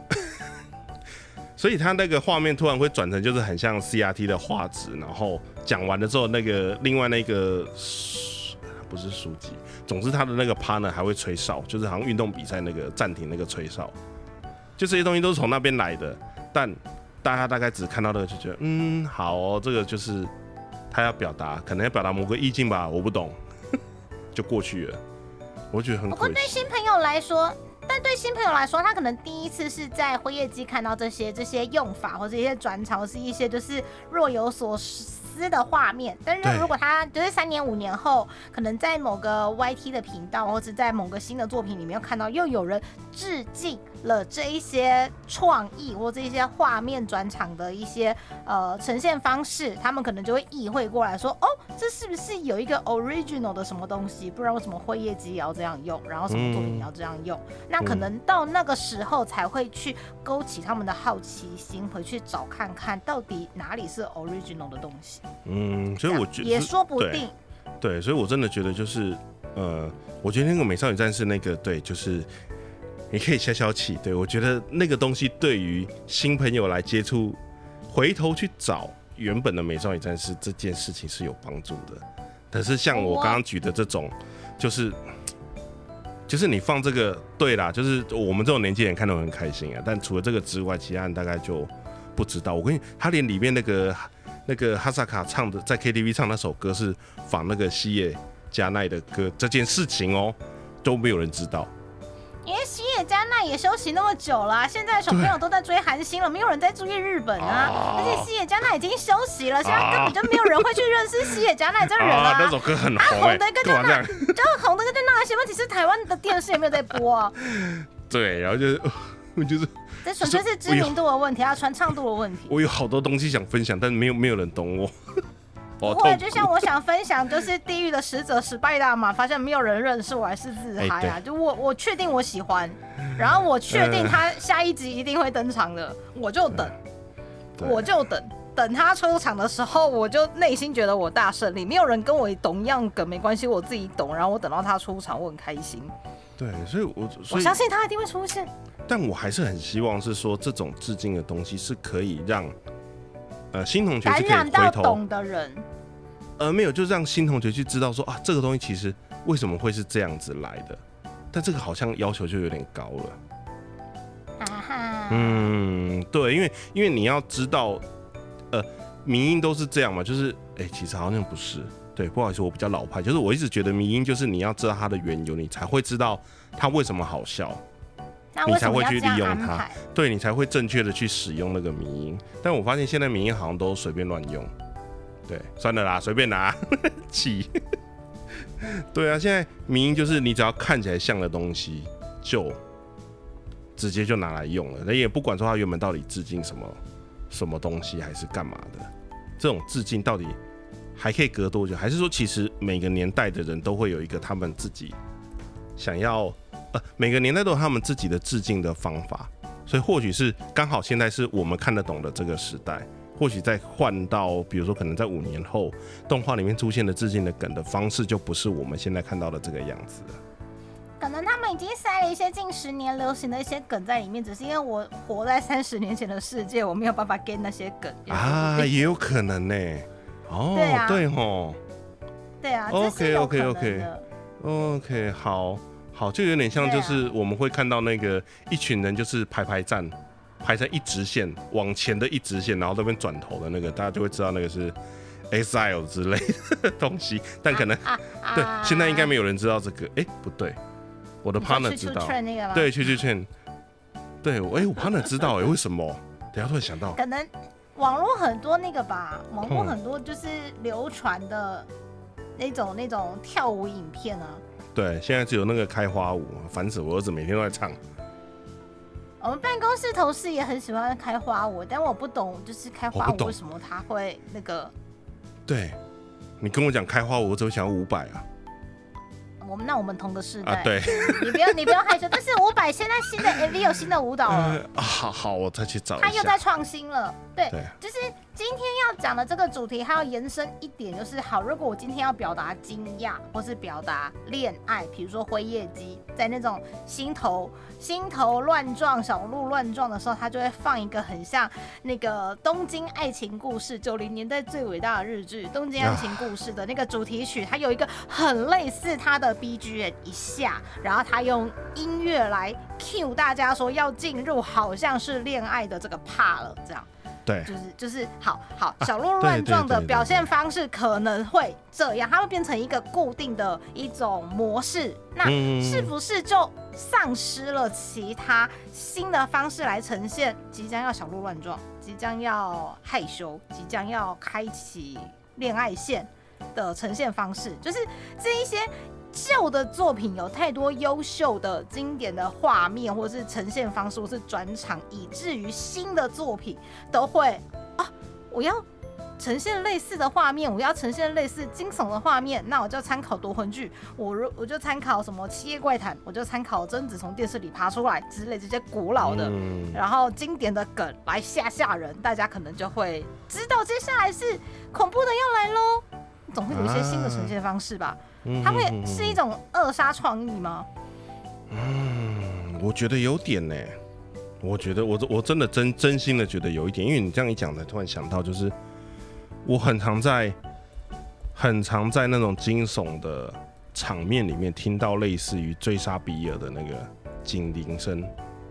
所以他那个画面突然会转成就是很像 CRT 的画质，然后讲完了之后，那个另外那个不是书记，总之他的那个 partner 还会吹哨，就是好像运动比赛那个暂停那个吹哨，就这些东西都是从那边来的。但大家大概只看到那个就觉得好哦，这个就是他要表达，可能要表达某个意境吧，我不懂，就过去了。我觉得很可惜。不过对新朋友来说。但对新朋友来说，他可能第一次是在辉夜姬看到这些用法，或者一些转场，或是一些就是若有所思的画面。但是如果他就是3年5年后，可能在某个 YT 的频道，或者在某个新的作品里面看到，又有人致敬了这一些创意或这一些画面转场的一些呈现方式，他们可能就会意会过来说，这是不是有一个 original 的什么东西？不然为什么辉夜姬也要这样用，然后什么作品也要这样用？那可能到那个时候才会去勾起他们的好奇心，回去找看看到底哪里是 original 的东西。 所以我觉得也说不定。 对，所以我真的觉得就是，我觉得那个美少女战士那个，对，就是你可以消消气。对，我觉得那个东西对于新朋友来接触，回头去找原本的美少女战士这件事情是有帮助的。可是像我刚刚举的这种，就是你放这个，对啦，就是我们这种年纪人看都很开心啊。但除了这个之外，其他人大概就不知道。他连里面那个哈萨卡唱的，在 KTV 唱那首歌是仿那个西野加奈的歌这件事情哦，都没有人知道。 因为西野加奈也休息那么久了、现在小朋友都在追韩星了，没有人在注意日本啊。而且西野加奈已经休息了，现在根本就没有人会去认识西野加奈这个人啊。 那首歌很红红的跟就那，就红的跟就那些问题是台湾的电视也没有在播啊。 对，然后就是。 这纯粹是知名度的问题，传唱度的问题。 我有好多东西想分享，但没有人懂我。 不会，就像我想分享，就是《地狱的使者》Spider 嘛，发现没有人认识，我还是自嗨啊！就我确定我喜欢，然后我确定他下一集一定会登场的，我就等他出场的时候，我就内心觉得我大胜利。没有人跟我懂一样梗，没关系，我自己懂。然后我等到他出场，我很开心。 对，所以我相信他一定会出现。 但我还是很希望是说，这种致敬的东西是可以让新同学是可以回头感染到懂的人。 没有，就是让新同学去知道说啊，这个东西其实为什么会是这样子来的。但这个好像要求就有点高了。对，因为你要知道，迷因都是这样嘛，就是其实好像不是。对，不好意思，我比较老派，就是我一直觉得迷因就是你要知道它的缘由，你才会知道它为什么好笑。你才会去利用它，对，你才会正确的去使用那个迷因。但我发现现在迷因好像都随便乱用，对，算了啦，随便拿，气。对啊，现在迷因就是你只要看起来像的东西，就直接就拿来用了，也不管说它原本到底致敬什么东西，还是干嘛的。这种致敬到底还可以隔多久？还是说其实每个年代的人都会有一个他们自己想要？每个年代都有他们自己的致敬的方法，所以或许是刚好现在是我们看得懂的这个时代，或许再换到比如说可能在5年后，动画里面出现的致敬的梗的方式就不是我们现在看到的这个样子了。 可能他们已经塞了一些近10年流行的一些梗在里面，只是因为我活在30年前的世界，我没有办法 get 那些梗啊，也有可能呢。哦， 对啊， 对吼， 对啊 ，OK， 好，就有点像，就是我们会看到那个一群人就是排站，排成一直线往前的一直线，然后那边转头的那个，大家就会知道那个是 Exile 之类的东西。但可能对，现在应该没有人知道这个。不对，我的 partner 知道，对，去劝，对，我 partner 知道，为什么？等一下突然想到， 可能网络很多那个吧，网络很多就是流传的那种跳舞影片啊。 对，现在只有那个开花舞，烦死我儿子每天都在唱。 我们办公室同事也很喜欢开花舞，但我不懂，就是开花舞为什么他会那个？ 对，你跟我讲开花舞，我只会想要500啊。 我们同个世代， 对， 你不用害羞。但是500现在新的 MV 有新的舞蹈了， 好，我再去找一下。 他又在创新了，对，就是今天要讲的这个主题还要延伸一点，就是好，如果我今天要表达惊讶或是表达恋爱，比如说辉夜姬在那种心头乱撞、小鹿乱撞的时候，他就会放一个很像那个《东京爱情故事》90年代最伟大的日剧《东京爱情故事》的那个主题曲，它有一个很类似它的 BGM 一下，然后他用音乐来 cue 大家说要进入好像是恋爱的这个 part 了，这样。 对， 就是好小鹿乱撞的表现方式可能会这样，它会变成一个固定的一种模式，那是不是就丧失了其他新的方式来呈现即将要小鹿乱撞、即将要害羞、即将要开启恋爱线的呈现方式？就是这一些旧的作品有太多优秀的经典的画面或是呈现方式或是转场，以至于新的作品都会我要呈现类似的画面，我要呈现类似惊悚的画面，那我就参考夺魂剧，我就参考什么《七夜怪谈》，我就参考贞子从电视里爬出来之类这些古老的，然后经典的梗来吓人，大家可能就会知道接下来是恐怖的要来咯，总会有一些新的呈现方式吧。它会是一种扼杀创意吗？ 我觉得有点呢。我觉得我真的真心的觉得有一点，因为你这样一讲，才突然想到，就是我很常在那种惊悚的场面里面听到类似于追杀比尔的那个警铃声。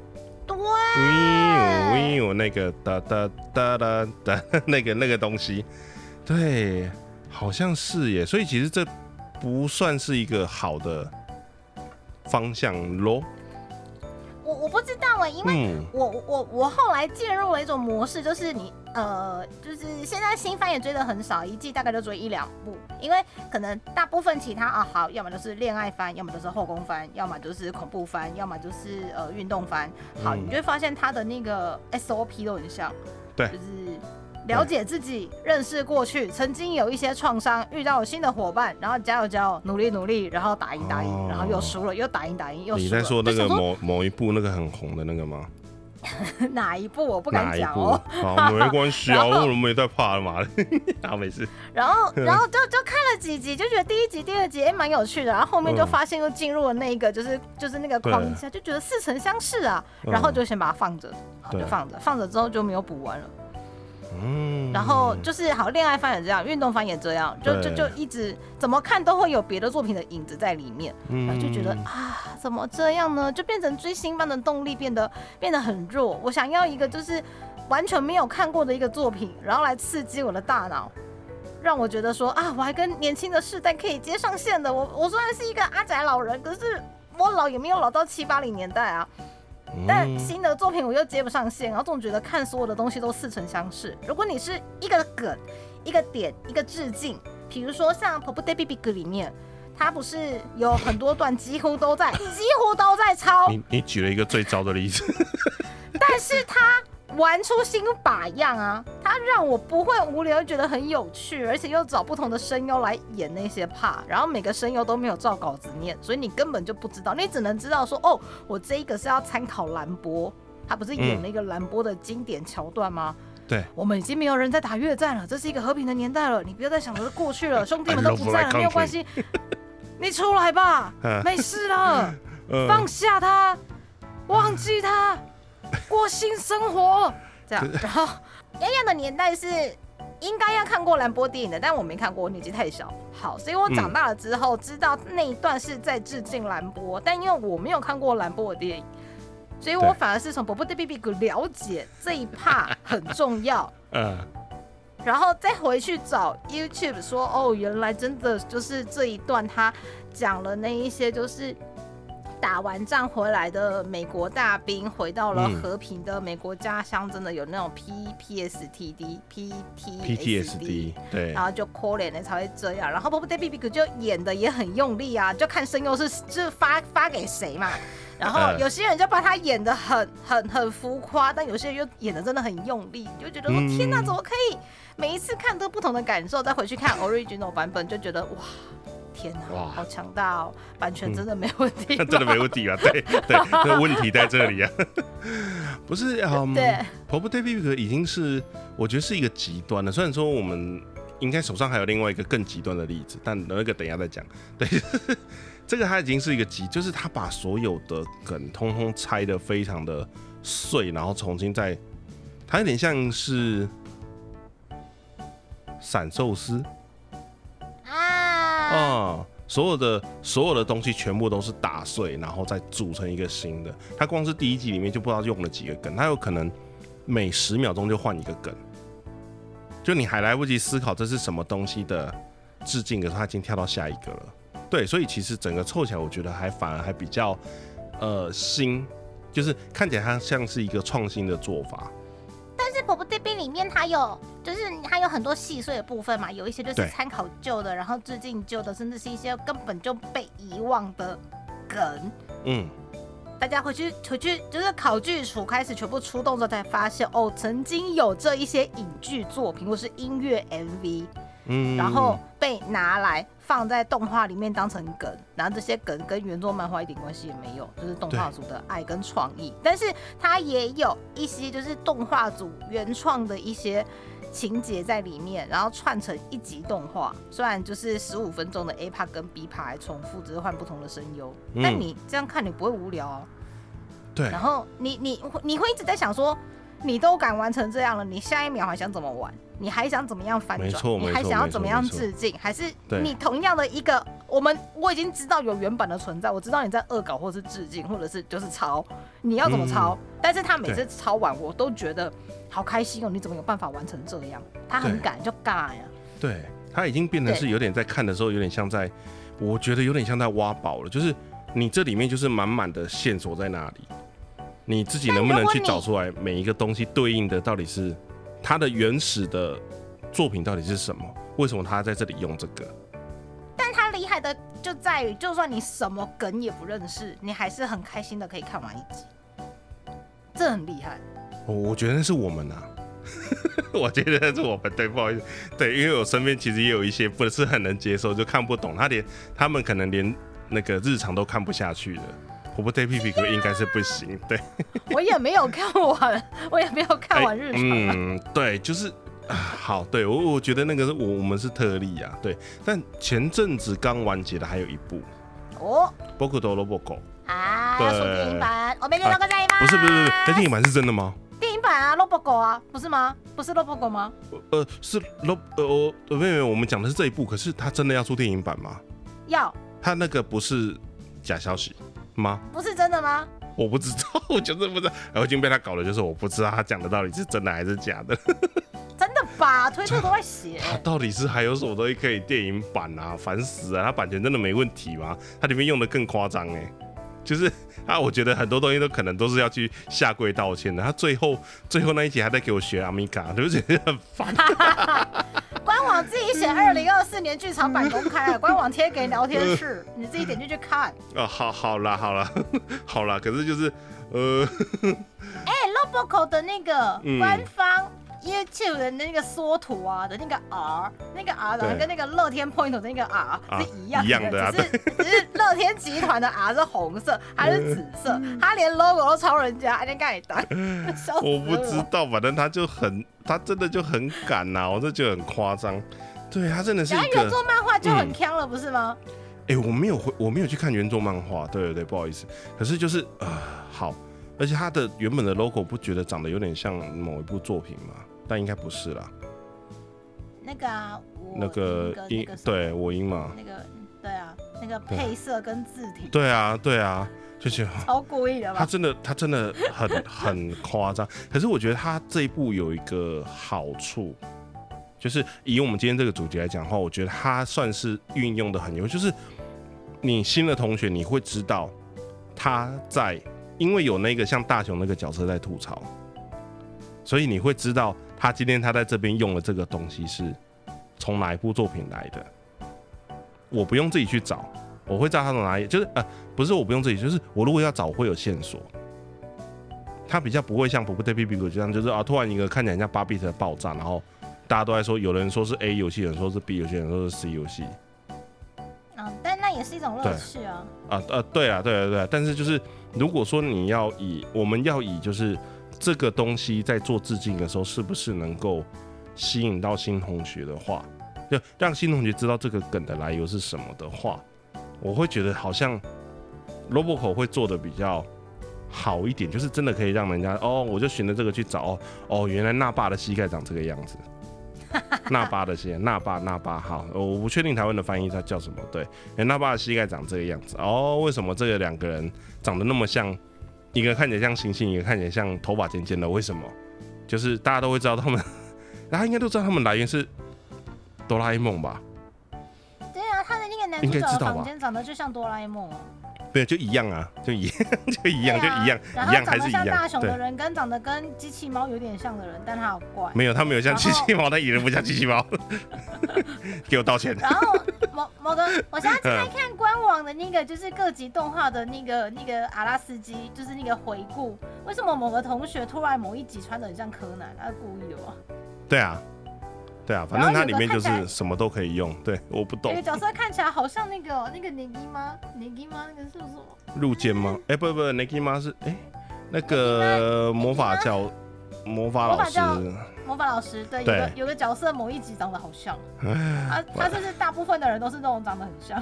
对，有那个哒哒哒哒哒那个东西，对，好像是耶。所以其实不算是一个好的方向咯。 我不知道因为我后来介入了一种模式，就是就是现在新番也追得很少，一季大概就追1-2部，因为可能大部分其他好，要么就是恋爱番，要么就是后宫番，要么就是恐怖番，要么就是运动番。好，你就会发现它的那个 SOP 都很像， 对， 就是了解自己，认识过去，曾经有一些创伤，遇到新的伙伴，然后加油，努力，然后打赢，然后又输了，又打赢，又输了。 你在说那个某一部那个很红的那个吗？ 哪一部我不敢讲哦。 好，没关系啊，我没在怕了嘛。好，没事。 然后就看了几集，就觉得第1集、第2集蛮有趣的，然后后面就发现又进入了那个就是那个框架，就觉得似曾相识啊，然后就先把它放着，就放着之后就没有补完了。然后就是好，恋爱番也这样，运动番也这样，就一直怎么看都会有别的作品的影子在里面，然后就觉得怎么这样呢？就变成追星番的动力变得很弱。我想要一个就是完全没有看过的一个作品，然后来刺激我的大脑，让我觉得说我还跟年轻的世代可以接上线的。我虽然是一个阿宅老人，可是我老也没有老到70、80年代啊。但新的作品我又接不上线，然后总觉得看所有的东西都似曾相识。如果你是一个梗、一个点、一个致敬，比如说像《Pop Day Big》里面，它不是有很多段几乎都在抄。 你举了一个最糟的例子， 但是它玩出新把样啊，它让我不会无聊，觉得很有趣，而且又找不同的声优来演那些part，然后每个声优都没有照稿子念，所以你根本就不知道，你只能知道说我这一个是要参考兰波，他不是演了一个兰波的经典桥段吗？ 对， 我们已经没有人在打越战了，这是一个和平的年代了，你不要再想着过去了，兄弟们都不在了，没有关系，你出来吧，没事了，放下他，忘记他。过新生活，这样。然后洋洋的年代是应该要看过兰波电影的，但我没看过，我年纪太小。好，所以我长大了之后知道那一段是在致敬兰波，但因为我没有看过兰波的电影，所以我反而是从《Pop Day Big》了解这一 part 很重要。然后再回去找 YouTube 说，原来真的就是这一段他讲了那一些就是打完仗回来的美国大兵回到了和平的美国家乡，真的有那种 PTSD， 对， 然后就可怜的才会这样。然后 Pop Day Big 就演的也很用力啊，就看声优是发给谁嘛。然后有些人就把他演的很浮夸，但有些人又演的真的很用力，你就觉得说天哪，怎么可以？每一次看都不同的感受，再回去看 original 版本，就觉得哇。天哪，好强大哦！版权真的没问题， 真的没问题啊！对，那问题在这里啊，不是对 ，Pop Day Big 已经是我觉得是一个极端了。虽然说我们应该手上还有另外一个更极端的例子，但那个等一下再讲。对，这个它已经是一个就是他把所有的梗通通拆得非常的碎，然后重新再，它有点像是散寿司。所有的东西全部都是打碎，然后再组成一个新的。它光是第1集里面就不知道用了几个梗，它有可能每10秒钟就换一个梗，就你还来不及思考这是什么东西的致敬的时候，它已经跳到下一个了。对，所以其实整个凑起来，我觉得反而还比较新，就是看起来它像是一个创新的做法。 但是《Pop Day Big》里面它有很多细碎的部分嘛，有一些就是参考旧的，然后致敬旧的，甚至是一些根本就被遗忘的梗。大家回去就是考据处开始全部出动之后，才发现曾经有这一些影剧作品或是音乐 MV，然后被拿来放在动画里面当成梗，然后这些梗跟原作漫画一点关系也没有，就是动画组的爱跟创意。但是它也有一些就是动画组原创的一些情节在里面，然后串成1集动画。虽然就是15分钟的 A part 跟 B part 还重复，只是换不同的声优，但你这样看你不会无聊啊。 对。 然后你会一直在想说，你都敢玩成这样了，你下一秒还想怎么玩？你还想怎么样反转？你还想要怎么样致敬？还是你同样的一个我已经知道有原版的存在，我知道你在恶搞或是致敬，或者是就是抄，你要怎么抄？但是他每次抄完，我都觉得好开心哦！你怎么有办法完成这样？他很敢就尬呀。 对，他已经变成是有点在看的时候，有点像在我觉得有点像在挖宝了，就是你这里面就是满满的线索在哪里，你自己能不能去找出来每一个东西对应的到底是它的原始的作品到底是什么？为什么他在这里用这个？ 但他厉害的就在于，就算你什么梗也不认识，你还是很开心的可以看完一集，这很厉害。 我觉得那是我们啊。我觉得那是我们，对，不好意思，对，因为我身边其实也有一些不是很能接受，就看不懂，他们可能连那个日常都看不下去的。我不对屁屁哥应该是不行，对。 我也没有看完，我也没有看完日常。 对，就是好，对我觉得那个是我们是特例啊，对。但前阵子刚完结的还有一部哦， Boku to Roboco 啊，要出电影版，我没跟那个在吗？ 不是，那电影版是真的吗？ 电影版啊 ，Roboco 啊，不是吗？不是 Roboco 吗？ 是没有，我们讲的是这一部，可是他真的要出电影版吗？ 要。 他那个不是假消息吗？ 不是真的吗？ 我不知道，我就是不知道，我已经被他搞了，就是我不知道他讲的到底是真的还是假的。 真的吧？推特都在写。 他到底是还有什么东西可以电影版啊？烦死啊！他版权真的没问题吗？他里面用的更夸张哎，就是我觉得很多东西都可能都是要去下跪道歉的。他最后那一集还在给我学阿米卡，对不起，很烦。 官网自己写2024年剧场版公开了，官网贴给聊天室，你自己点进去看。 好啦，可是就是 Roboco 的那个官方 YouTube 的那个缩图啊的那个 R， 那个 R 的跟那个乐天 Point 的那个 R 是一样的，只是乐天集团的 R 是红色，它是紫色，它连 logo 都抄人家，你敢当？ 我不知道，反正他真的就很敢呐，我就觉得很夸张。对，他真的是一个原作漫画就很强了，不是吗？ 我没有去看原作漫画，对，不好意思。可是就是好，而且他的原本的 logo 不觉得长得有点像某一部作品吗？但应该不是啦。 那个啊， 那个对我音嘛， 那个对啊，那个配色跟字体， 对啊，就觉得超故意的吧？ 他真的很夸张。可是我觉得他这一部有一个好处，就是以我们今天这个主题来讲的话，我觉得他算是运用的很优，就是你新的同学你会知道他在，因为有那个像大雄那个角色在吐槽，所以你会知道他今天他在这边用的这个东西是从哪一部作品来的。我不用自己去找，我会知道他从哪里，就是不是我不用自己，就是我如果要找，我会有线索。他比较不会像《Poppy Baby》这样，就是突然一个看起来像8bit 的爆炸，然后大家都在说，有人说是 A 游戏，有人说是 B 游戏，有人说是 C 游戏。 但那也是一种乐趣啊。 对啊，但是就是如果说我们要以就是这个东西在做致敬的时候，是不是能够吸引到新同学的话，就让新同学知道这个梗的来由是什么的话，我会觉得好像 Roboco 会做的比较好一点，就是真的可以让人家我就循着这个去找原来那霸的膝盖长这个样子。那霸的膝盖，那霸，好，我不确定台湾的翻译它叫什么。对，那霸的膝盖长这个样子。为什么这个两个人长得那么像？一个看起来像猩猩，一个看起来像头发尖尖的，为什么？就是大家都会知道他们，大家应该都知道他们来源是哆啦 A 梦吧？ 对啊，他的那个男主角的房间长得就像哆啦 A 梦哦。 对，就一样啊，就一样， 然后长得像大雄的人跟长得跟机器猫有点像的人，但他好怪。 没有，他没有像机器猫，他一人不像机器猫。给我道歉。 然后某个，我现在正在看官网的那个，就是各集动画的那个阿拉斯基，就是那个回顾。为什么某个同学突然某一集穿得很像柯南？他是故意的吗？ 对啊，反正它里面就是什么都可以用。对，我不懂。 有个角色看起来好像那个 Negi 吗？那个是什么？ 入间吗？不 ，Negi 吗是那个魔法老师，对，有个角色某一集长得好像。他就是大部分的人都是那种长得很像。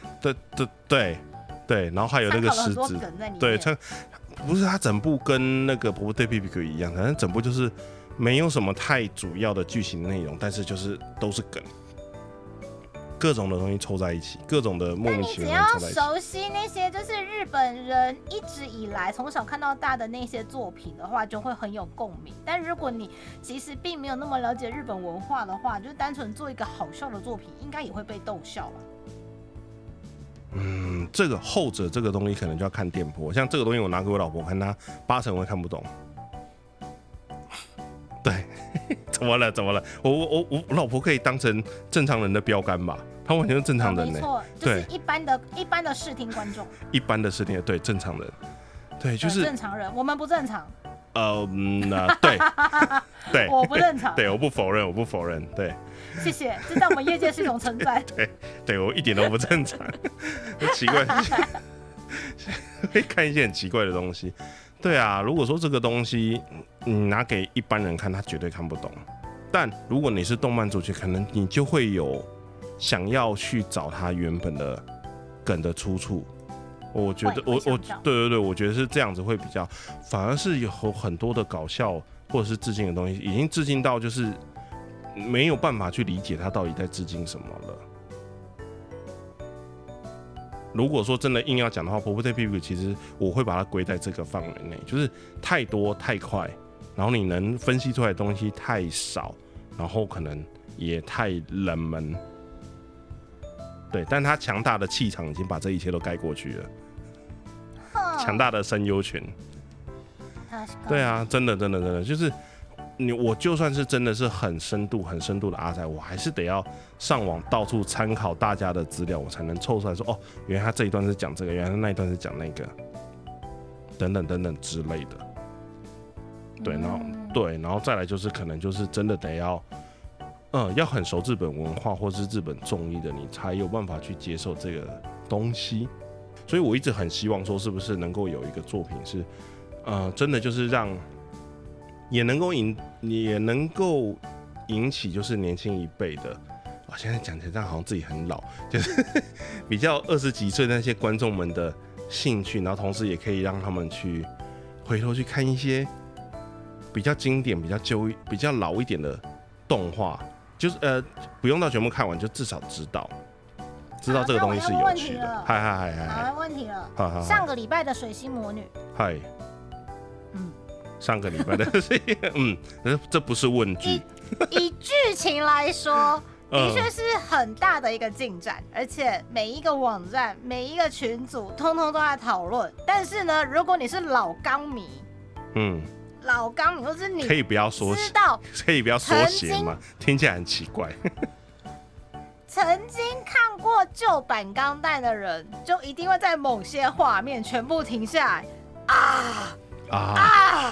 对，然后还有那个狮子，对，不是他整部跟那个《波波对皮皮克》一样，反正整部就是没有什么太主要的剧情内容，但是就是都是梗，各种的东西凑在一起，各种的莫名其妙凑在一起。 你只要熟悉那些就是日本人一直以来从小看到大的那些作品的话，就会很有共鸣。但如果你其实并没有那么了解日本文化的话，就单纯做一个好笑的作品，应该也会被逗笑了。 这个后者这个东西可能就要看店铺，像这个东西我拿给我老婆看，她80%会看不懂。对，怎么了？我老婆可以当成正常人的标杆吧？她完全是正常人呢。 没错，就是一般的视听观众， 一般的视听，对，正常人，对，就是正常人，我们不正常。 对对， 我不正常， 对，我不否认，对， 谢谢，这在我们业界是一种称赞。 对，我一点都不正常，很奇怪，会看一些很奇怪的东西。对啊，如果说这个东西你拿给一般人看，他绝对看不懂。但如果你是动漫族群，可能你就会有想要去找他原本的梗的出处。我觉得对，我觉得是这样子会比较，反而是有很多的搞笑或者是致敬的东西，已经致敬到就是没有办法去理解他到底在致敬什么了。如果说真的硬要讲的话，《Pop Detective》其实我会把它归在这个范围内，就是太多太快，然后你能分析出来的东西太少，然后可能也太冷门。对，但他强大的气场已经把这一切都盖过去了。强大的声优群，对啊，真的，就是我就算是真的是很深度的阿宅，我还是得要上网到处参考大家的资料，我才能凑出来说，哦，原来他这一段是讲这个，原来他那一段是讲那个，等等之类的。对，然后再来就是可能就是真的得要很熟日本文化或是日本综艺的，你才有办法去接受这个东西。所以我一直很希望说，是不是能够有一个作品是，真的就是让也能够引起就是年轻一辈的，现在讲起来这样好像自己很老，就是比较20几岁那些观众们的兴趣，然后同时也可以让他们去回头去看一些比较经典、比较老一点的动画，就是不用到全部看完，就至少知道这个东西是有趣的。 好，没问题了。上个礼拜的水星魔女， 上个礼拜的这不是问句。 以剧情来说，的确是很大的一个进展，而且每一个网站、每一个群组，通通都在讨论。但是呢，如果你是老钢迷，或是你可以不要缩写，可以不要缩写吗？听起来很奇怪。 曾经看过旧版钢弹的人，就一定会在某些画面全部停下来，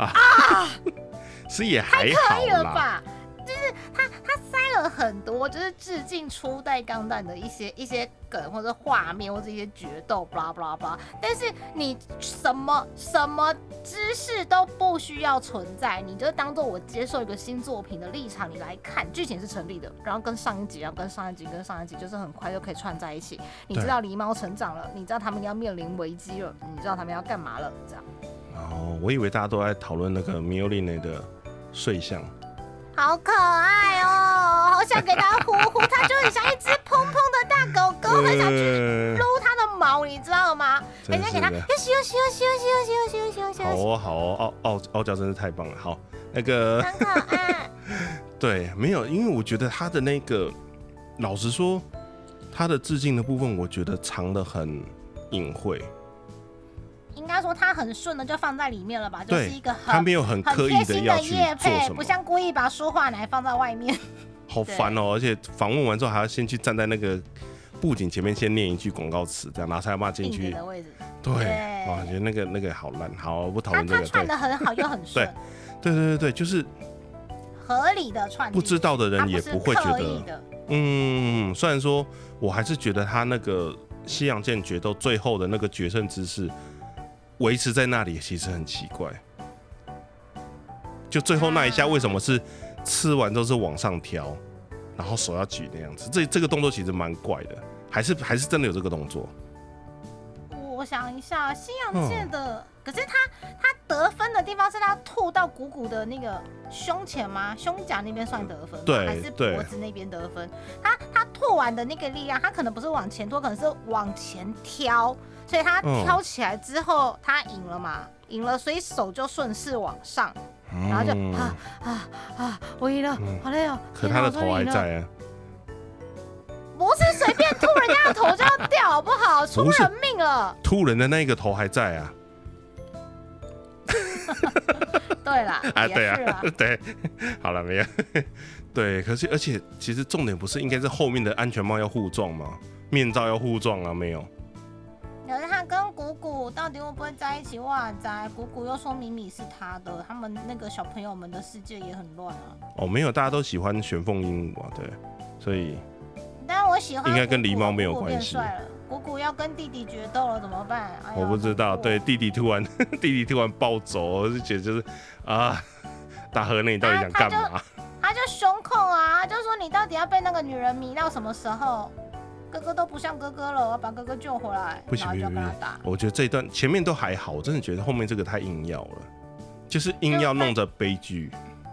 是也还好啦，太可以了吧？就是他塞了很多，就是致敬初代钢弹的一些梗或者画面或者一些决斗，blah blah blah。但是你什么知识都不需要存在，你就当做我接受一个新作品的立场，你来看，剧情是成立的，然后跟上一集，就是很快就可以串在一起。你知道狸猫成长了，你知道他们要面临危机了，你知道他们要干嘛了，这样。 我以为大家都在讨论那个米欧利内的睡相。 好可爱哦，好想给它呼呼，它就很像一只砰砰的大狗狗，很想去撸它的毛，你知道吗？很想给它好哦，傲娇真是太棒了。好，那个很可爱。 对，没有，因为我觉得他的那个，老实说，他的致敬的部分，我觉得藏得很隐晦。 应该说它很顺的就放在里面了吧，就是一个他没有很刻意的要去做什么， 不像故意把舒化奶放在外面。 好烦哦！而且访问完之后还要先去站在那个布景前面先念一句广告词，这样拿才有办法进去。 的位置。 对，我觉得那个好烂。好，不讨论这个。 他串的很好又很顺。 对，就是合理的串。 不知道的人也不会觉得。虽然说我还是觉得他那个西洋剑决斗最后的那个决胜姿势。维持在那里其实很奇怪，就最后那一下为什么是吃完之后是往上挑，然后手要举那样子？这个动作其实蛮怪的，还是真的有这个动作。 我想一下，西洋剑的，可是他得分的地方是他吐到鼓鼓的那个胸前吗？胸甲那边算得分吗？ 对， 还是脖子那边得分？他吐完的那个力量，他可能不是往前拖，可能是往前挑。所以他挑起来之后，他赢了嘛？赢了，所以手就顺势往上，然后就我赢了，好累哦。 可他的头还在啊。 不是随便便吐人家的头就要掉，好不好？出人命了。 吐人的那个头还在啊。 对啦， 对啊，对，好了没有？对，可是而且其实重点不是应该是后面的安全帽要互撞吗？面罩要互撞啊，没有。 可是他跟谷谷到底会不会在一起？哇塞，谷谷又说米米是他的，他们那个小朋友们的世界也很乱啊。 哦，没有，大家都喜欢玄凤鹦鹉啊，对，所以。 但我喜欢应该跟狸猫没有关系。 谷谷要跟弟弟决斗了，怎么办？哎、 我不知道，对，弟弟突然暴走，我就觉得就是啊，大河内你到底想干嘛？ 他就胸控啊，就说你到底要被那个女人迷到什么时候？哥哥都不像哥哥了，我要把哥哥救回来。 不行，我觉得这一段前面都还好，我真的觉得后面这个太硬要了，就是硬要弄着悲剧。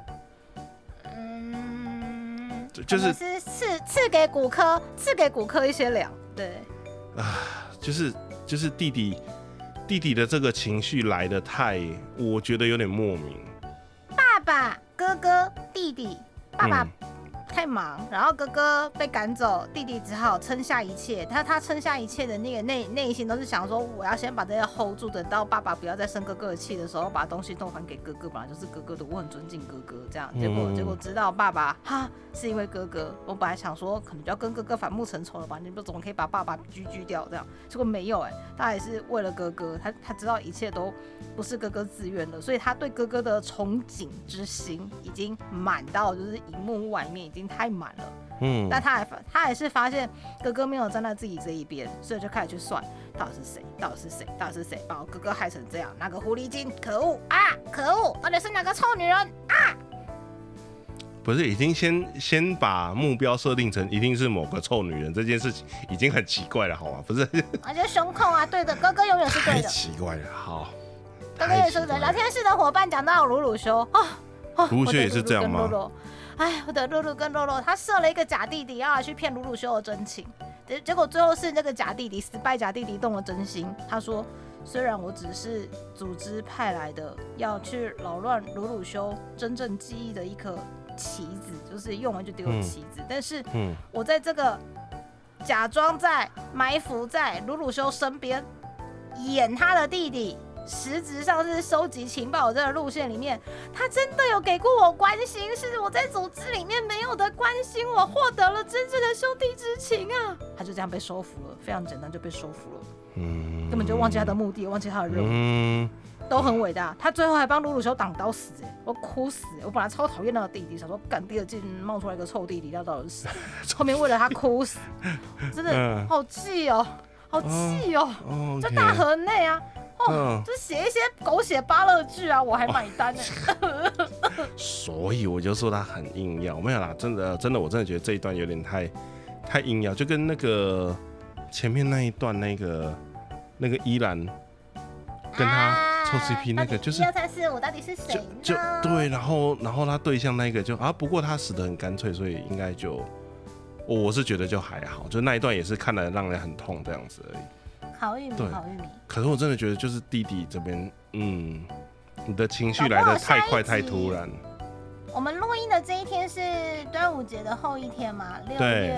就是赐给骨科一些粮，对啊，就是弟弟的这个情绪来得太，我觉得有点莫名。 爸爸、哥哥、弟弟，爸爸太忙，然后哥哥被赶走，弟弟只好撑下一切。他撑下一切的那个内心都是想说，我要先把这些 hold 住，等到爸爸不要再生哥哥的气的时候，把东西都还给哥哥，本来就是哥哥的，我很尊敬哥哥。这样，结果知道爸爸是因为哥哥，我本来想说可能就要跟哥哥反目成仇了吧，你怎么可以把爸爸狙掉这样？结果没有他也是为了哥哥，他知道一切都不是哥哥自愿的，所以他对哥哥的憧憬之心已经满到就是荧幕外面已经太满了。但他还是发现哥哥没有站在自己这一边，所以就开始去算到底是谁把我哥哥害成这样？那个狐狸精，可恶啊！可恶，到底是哪个臭女人啊？ 不是，已经先把目标设定成一定是某个臭女人，这件事情已经很奇怪了，好吗？不是， 而且胸控啊，对的，哥哥永远是对的。 太奇怪了，好。 哥哥也是对的。聊天室的伙伴讲到鲁鲁修鲁鲁修也是这样吗？ 哎，我的露露跟露露，他设了一个假弟弟，要来去骗鲁鲁修的真情，结果最后是那个假弟弟失败，假弟弟动了真心。他说，虽然我只是组织派来的，要去扰乱鲁鲁修真正记忆的一颗棋子，就是用完就丢的棋子，但是我在这个假装在埋伏在鲁鲁修身边，演他的弟弟。实质上是收集情报的这个路线里面，他真的有给过我关心，是我在组织里面没有的关心，我获得了真正的兄弟之情啊！他就这样被收服了，非常简单就被收服了，根本就忘记他的目的，忘记他的任务，都很伟大。他最后还帮鲁鲁修挡刀死，我哭死！我本来超讨厌那个弟弟，想说干第二季冒出来一个臭弟弟，他到底是谁？后面为了他哭死，真的好气哦，好气哦！就大河内啊。就写一些狗血芭乐剧啊，我还买单呢。 所以我就说他很硬要，没有啦，真的，我真的觉得这一段有点太硬要，就跟那个前面那一段那个依兰跟他凑 CP 那个，就是 1、2、3、4、5到底是谁呢？ 就对，然后他对象那个就不过他死得很干脆，所以应该就我是觉得就还好，就那一段也是看了让人很痛这样子而已。 好玉米， 可是我真的觉得，就是弟弟这边，你的情绪来得太快太突然。 我们录音的这一天是端午节的后一天嘛，6月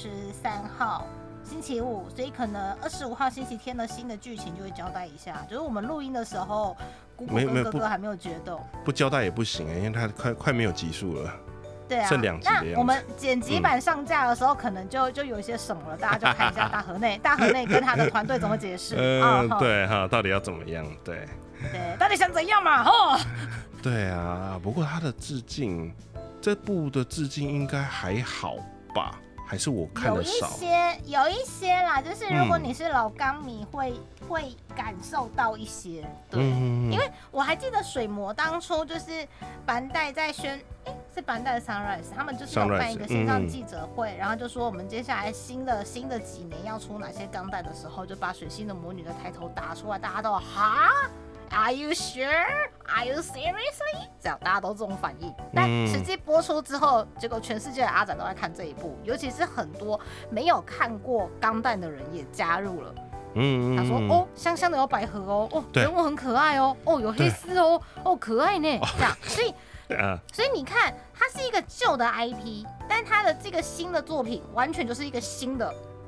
23号星期五，所以可能25号星期天的新的剧情就会交代一下。就是我们录音的时候，姑姑跟哥哥还没有决斗， 不交代也不行因为他快没有集数了。 对啊， 剩2集的样子。 那我们剪辑版上架的时候，可能就有一些什么了，大家就看一下大河内跟他的团队怎么解释。 对哈，到底要怎么样？对， 到底想怎样嘛？ 对啊，不过他的致敬，这部的致敬应该还好吧？还是我看的少？ 有一些啦，就是如果你是老钢迷会感受到一些，对，因为我还记得水魔当初就是班代在是班代的 Sunrise， 他们就是有办一个线上记者会，然后就说我们接下来新的几年要出哪些钢弹的时候，就把水星的魔女的抬头打出来，大家都哈。Are you sure? Are you seriously? 这样大家都这种反应，但实际播出之后，结果全世界的阿仔都在看这一部，尤其是很多没有看过钢弹的人也加入了。他说香香的有百合人物很可爱有黑丝可爱呢，这样，所以你看，它是一个旧的 IP， 但它的这个新的作品完全就是一个新的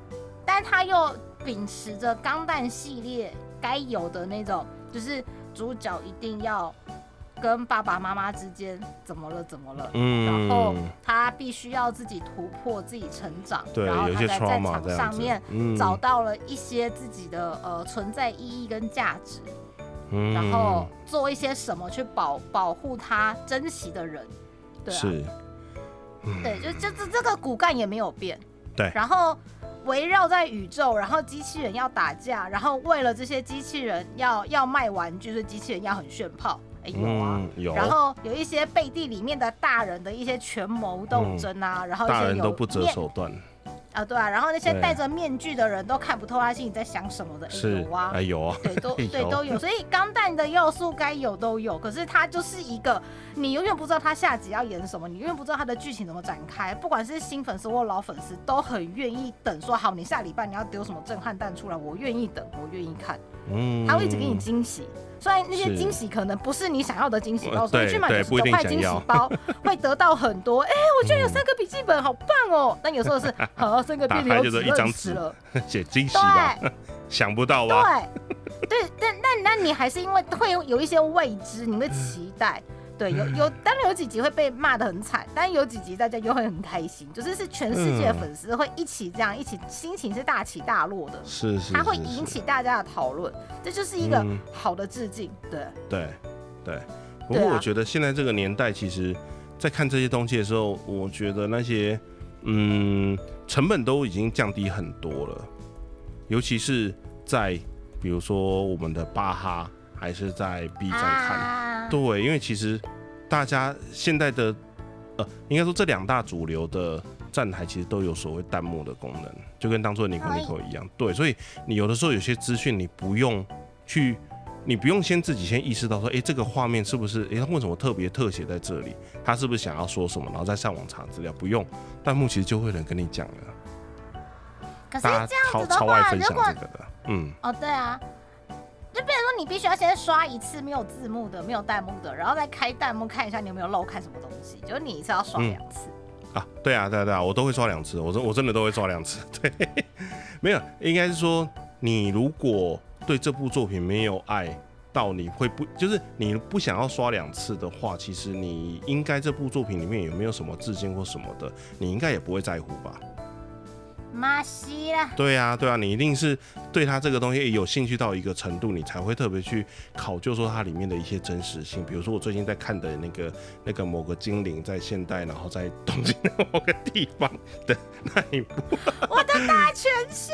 但他又秉持着钢弹系列该有的那种，就是主角一定要跟爸爸妈妈之间怎么了，然后他必须要自己突破、自己成长，然后他在战场上面找到了一些自己的存在意义跟价值，然后做一些什么去保护他珍惜的人，对啊，是，对，就这个骨干也没有变， 对， 然后围绕在宇宙，然后机器人要打架，然后为了这些机器人要卖玩具，所以机器人要很炫炮。有啊， 有。 然后有一些背地里面的大人的一些权谋斗争啊，然后一些大人都不择手段啊，对啊，然后那些戴着面具的人都看不透他心里在想什么的，有啊， 有啊， 对，都有，所以钢弹的要素该有都有，可是它就是一个你永远不知道他下集要演什么，你永远不知道他的剧情怎么展开，不管是新粉丝或老粉丝都很愿意等，说好你下礼拜你要丢什么震撼弹出来，我愿意等，我愿意看，他会一直给你惊喜。虽然那些惊喜可能不是你想要的惊喜包，所以去买99块惊喜包会得到很多。我觉得有3个笔记本，好棒哦！但有时候是3个便利有一张纸了，写惊喜吧，想不到吧？ 对，但你还是因为会有一些未知，你会期待。对，当然有几集会被骂得很惨，但有几集大家又会很开心，就是全世界的粉丝会一起这样，一起心情是大起大落的， 是， 它会引起大家的讨论，这就是一个好的致敬，对。 不过我觉得现在这个年代，其实在看这些东西的时候，我觉得那些成本都已经降低很多了，尤其是在比如说我们的巴哈还是在 B 站看。对，因为其实大家现在的应该说这2大主流的站台其实都有所谓弹幕的功能，就跟当初的尼可一样。对，所以你有的时候有些资讯你不用自己先意识到说，这个画面是不是他为什么特别特写在这里？他是不是想要说什么？然后再上网查资料，不用弹幕其实就会有人跟你讲了。 可是这样子的话， 超爱分享这个的， 对啊。就变成说，你必须要先刷一次没有字幕的、没有弹幕的，然后再开弹幕看一下你有没有漏看什么东西。就是你一次要刷2次。 对啊，我都会刷2次，我真的都会刷2次。对，没有，应该是说，你如果对这部作品没有爱到，你会不就是你不想要刷2次的话，其实你应该这部作品里面有没有什么致敬或什么的，你应该也不会在乎吧。 马西啦， 对啊，你一定是对他这个东西有兴趣到一个程度，你才会特别去考究说它里面的一些真实性。比如说我最近在看的那个某个精灵在现代，然后在东京的某个地方的那一部， 我的大权限，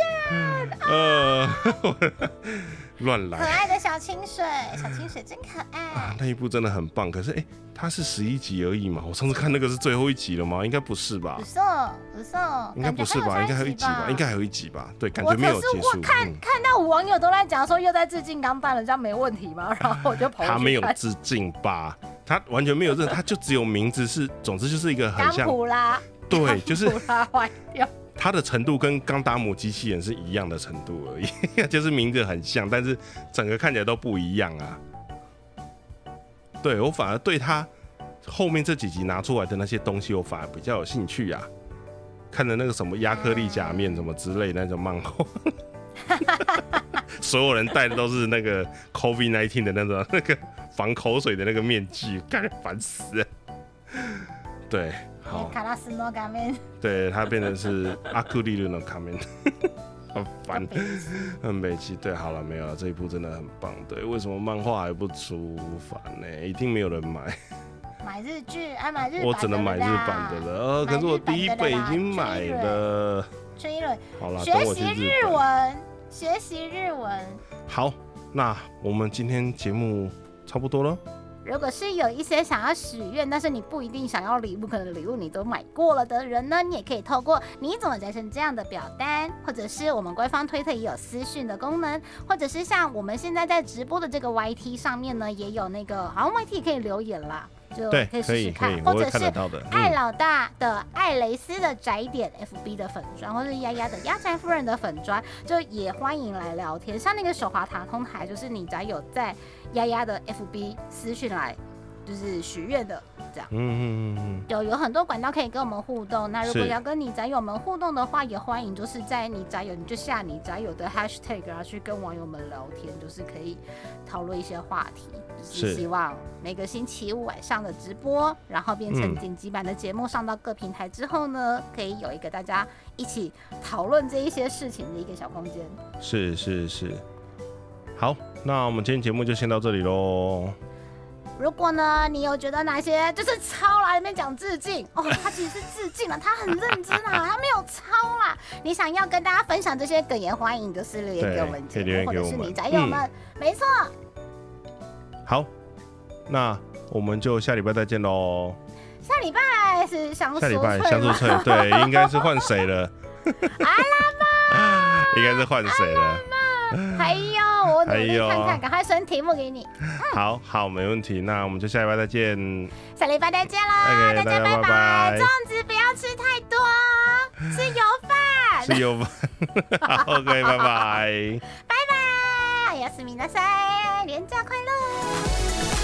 乱来， 可爱的小清水真可爱那一部真的很棒。可是它是11集而已嘛？我上次看那个是最后一集了吗？应该不是吧？ 不是， 应该不是吧？应该还有一集吧？应该还有一集吧？对，感觉没有结束。 我看到网友都在讲说又在致敬钢弹了，这样没问题吗？然后我就跑去看。 他没有致敬吧？他完全没有他就只有名字是，总之就是一个很像钢普拉， 对，就是钢普拉坏掉。 它的程度跟钢达姆机器人是一样的程度而已，就是名字很像，但是整个看起来都不一样啊。对，我反而对他后面这几集拿出来的那些东西，我反而比较有兴趣啊。看的那个什么亚克力假面什么之类的那种漫画，所有人戴的都是那个 COVID-19 的那个防口水的那个面具，感觉烦死了。对。 卡拉斯诺卡面， 对，它变成是阿库利鲁诺卡面，很烦，很美气。对，好了，没有了，这一部真的很棒。对，为什么漫画还不出？烦呢，一定没有人买。 买日剧，买日版的， 我只能买日版的了。可是我第一本已经买了。 春一轮， 好了， 学习日文，学习日文。 好，那我们今天节目差不多了。 如果是有一些想要许愿，但是你不一定想要礼物，可能礼物你都买过了的人呢，你也可以透过你怎么宅成这样的表单，或者是我们官方推特也有私讯的功能，或者是像我们现在在直播的这个 YT 上面呢，也有那个好像 YT 也可以留言啦，就可以试试看，或者是艾老大的艾蕾丝的宅点 FB 的粉专，或是丫丫的丫宅夫人的粉专，就也欢迎来聊天。像那个手滑塔通台，就是你只要有在丫丫的 FB 私讯来就是许愿的这样。有很多管道可以跟我们互动。那如果要跟你宅友们互动的话，也欢迎就是在你宅友，你就下你宅友的 hashtag 啊，去跟网友们聊天，就是可以讨论一些话题。就是希望每个星期五晚上的直播，然后变成剪辑版的节目上到各平台之后呢，可以有一个大家一起讨论这一些事情的一个小空间。 是。好，那我们今天节目就先到这里咯。 如果呢，你有觉得哪些就是抄啦，里面讲致敬哦，他其实是致敬了，他很认真啊，他没有抄啦。你想要跟大家分享这些梗，也欢迎就是留言给我们节目，或者是你宅友们，没错。好， 那我们就下礼拜再见喽。 下礼拜是香酥脆吗？ 香酥脆，对，应该是换谁了？ 阿拉吗？ 应该是换谁了？ 还有，我努力看看，赶快生题目给你。 好，没问题。那我们就下礼拜再见。 下礼拜再见啦，大家拜拜。粽子不要吃太多，吃油饭。 吃油饭。好 ，OK， 拜拜。 拜拜，おやすみなさい，连假快乐。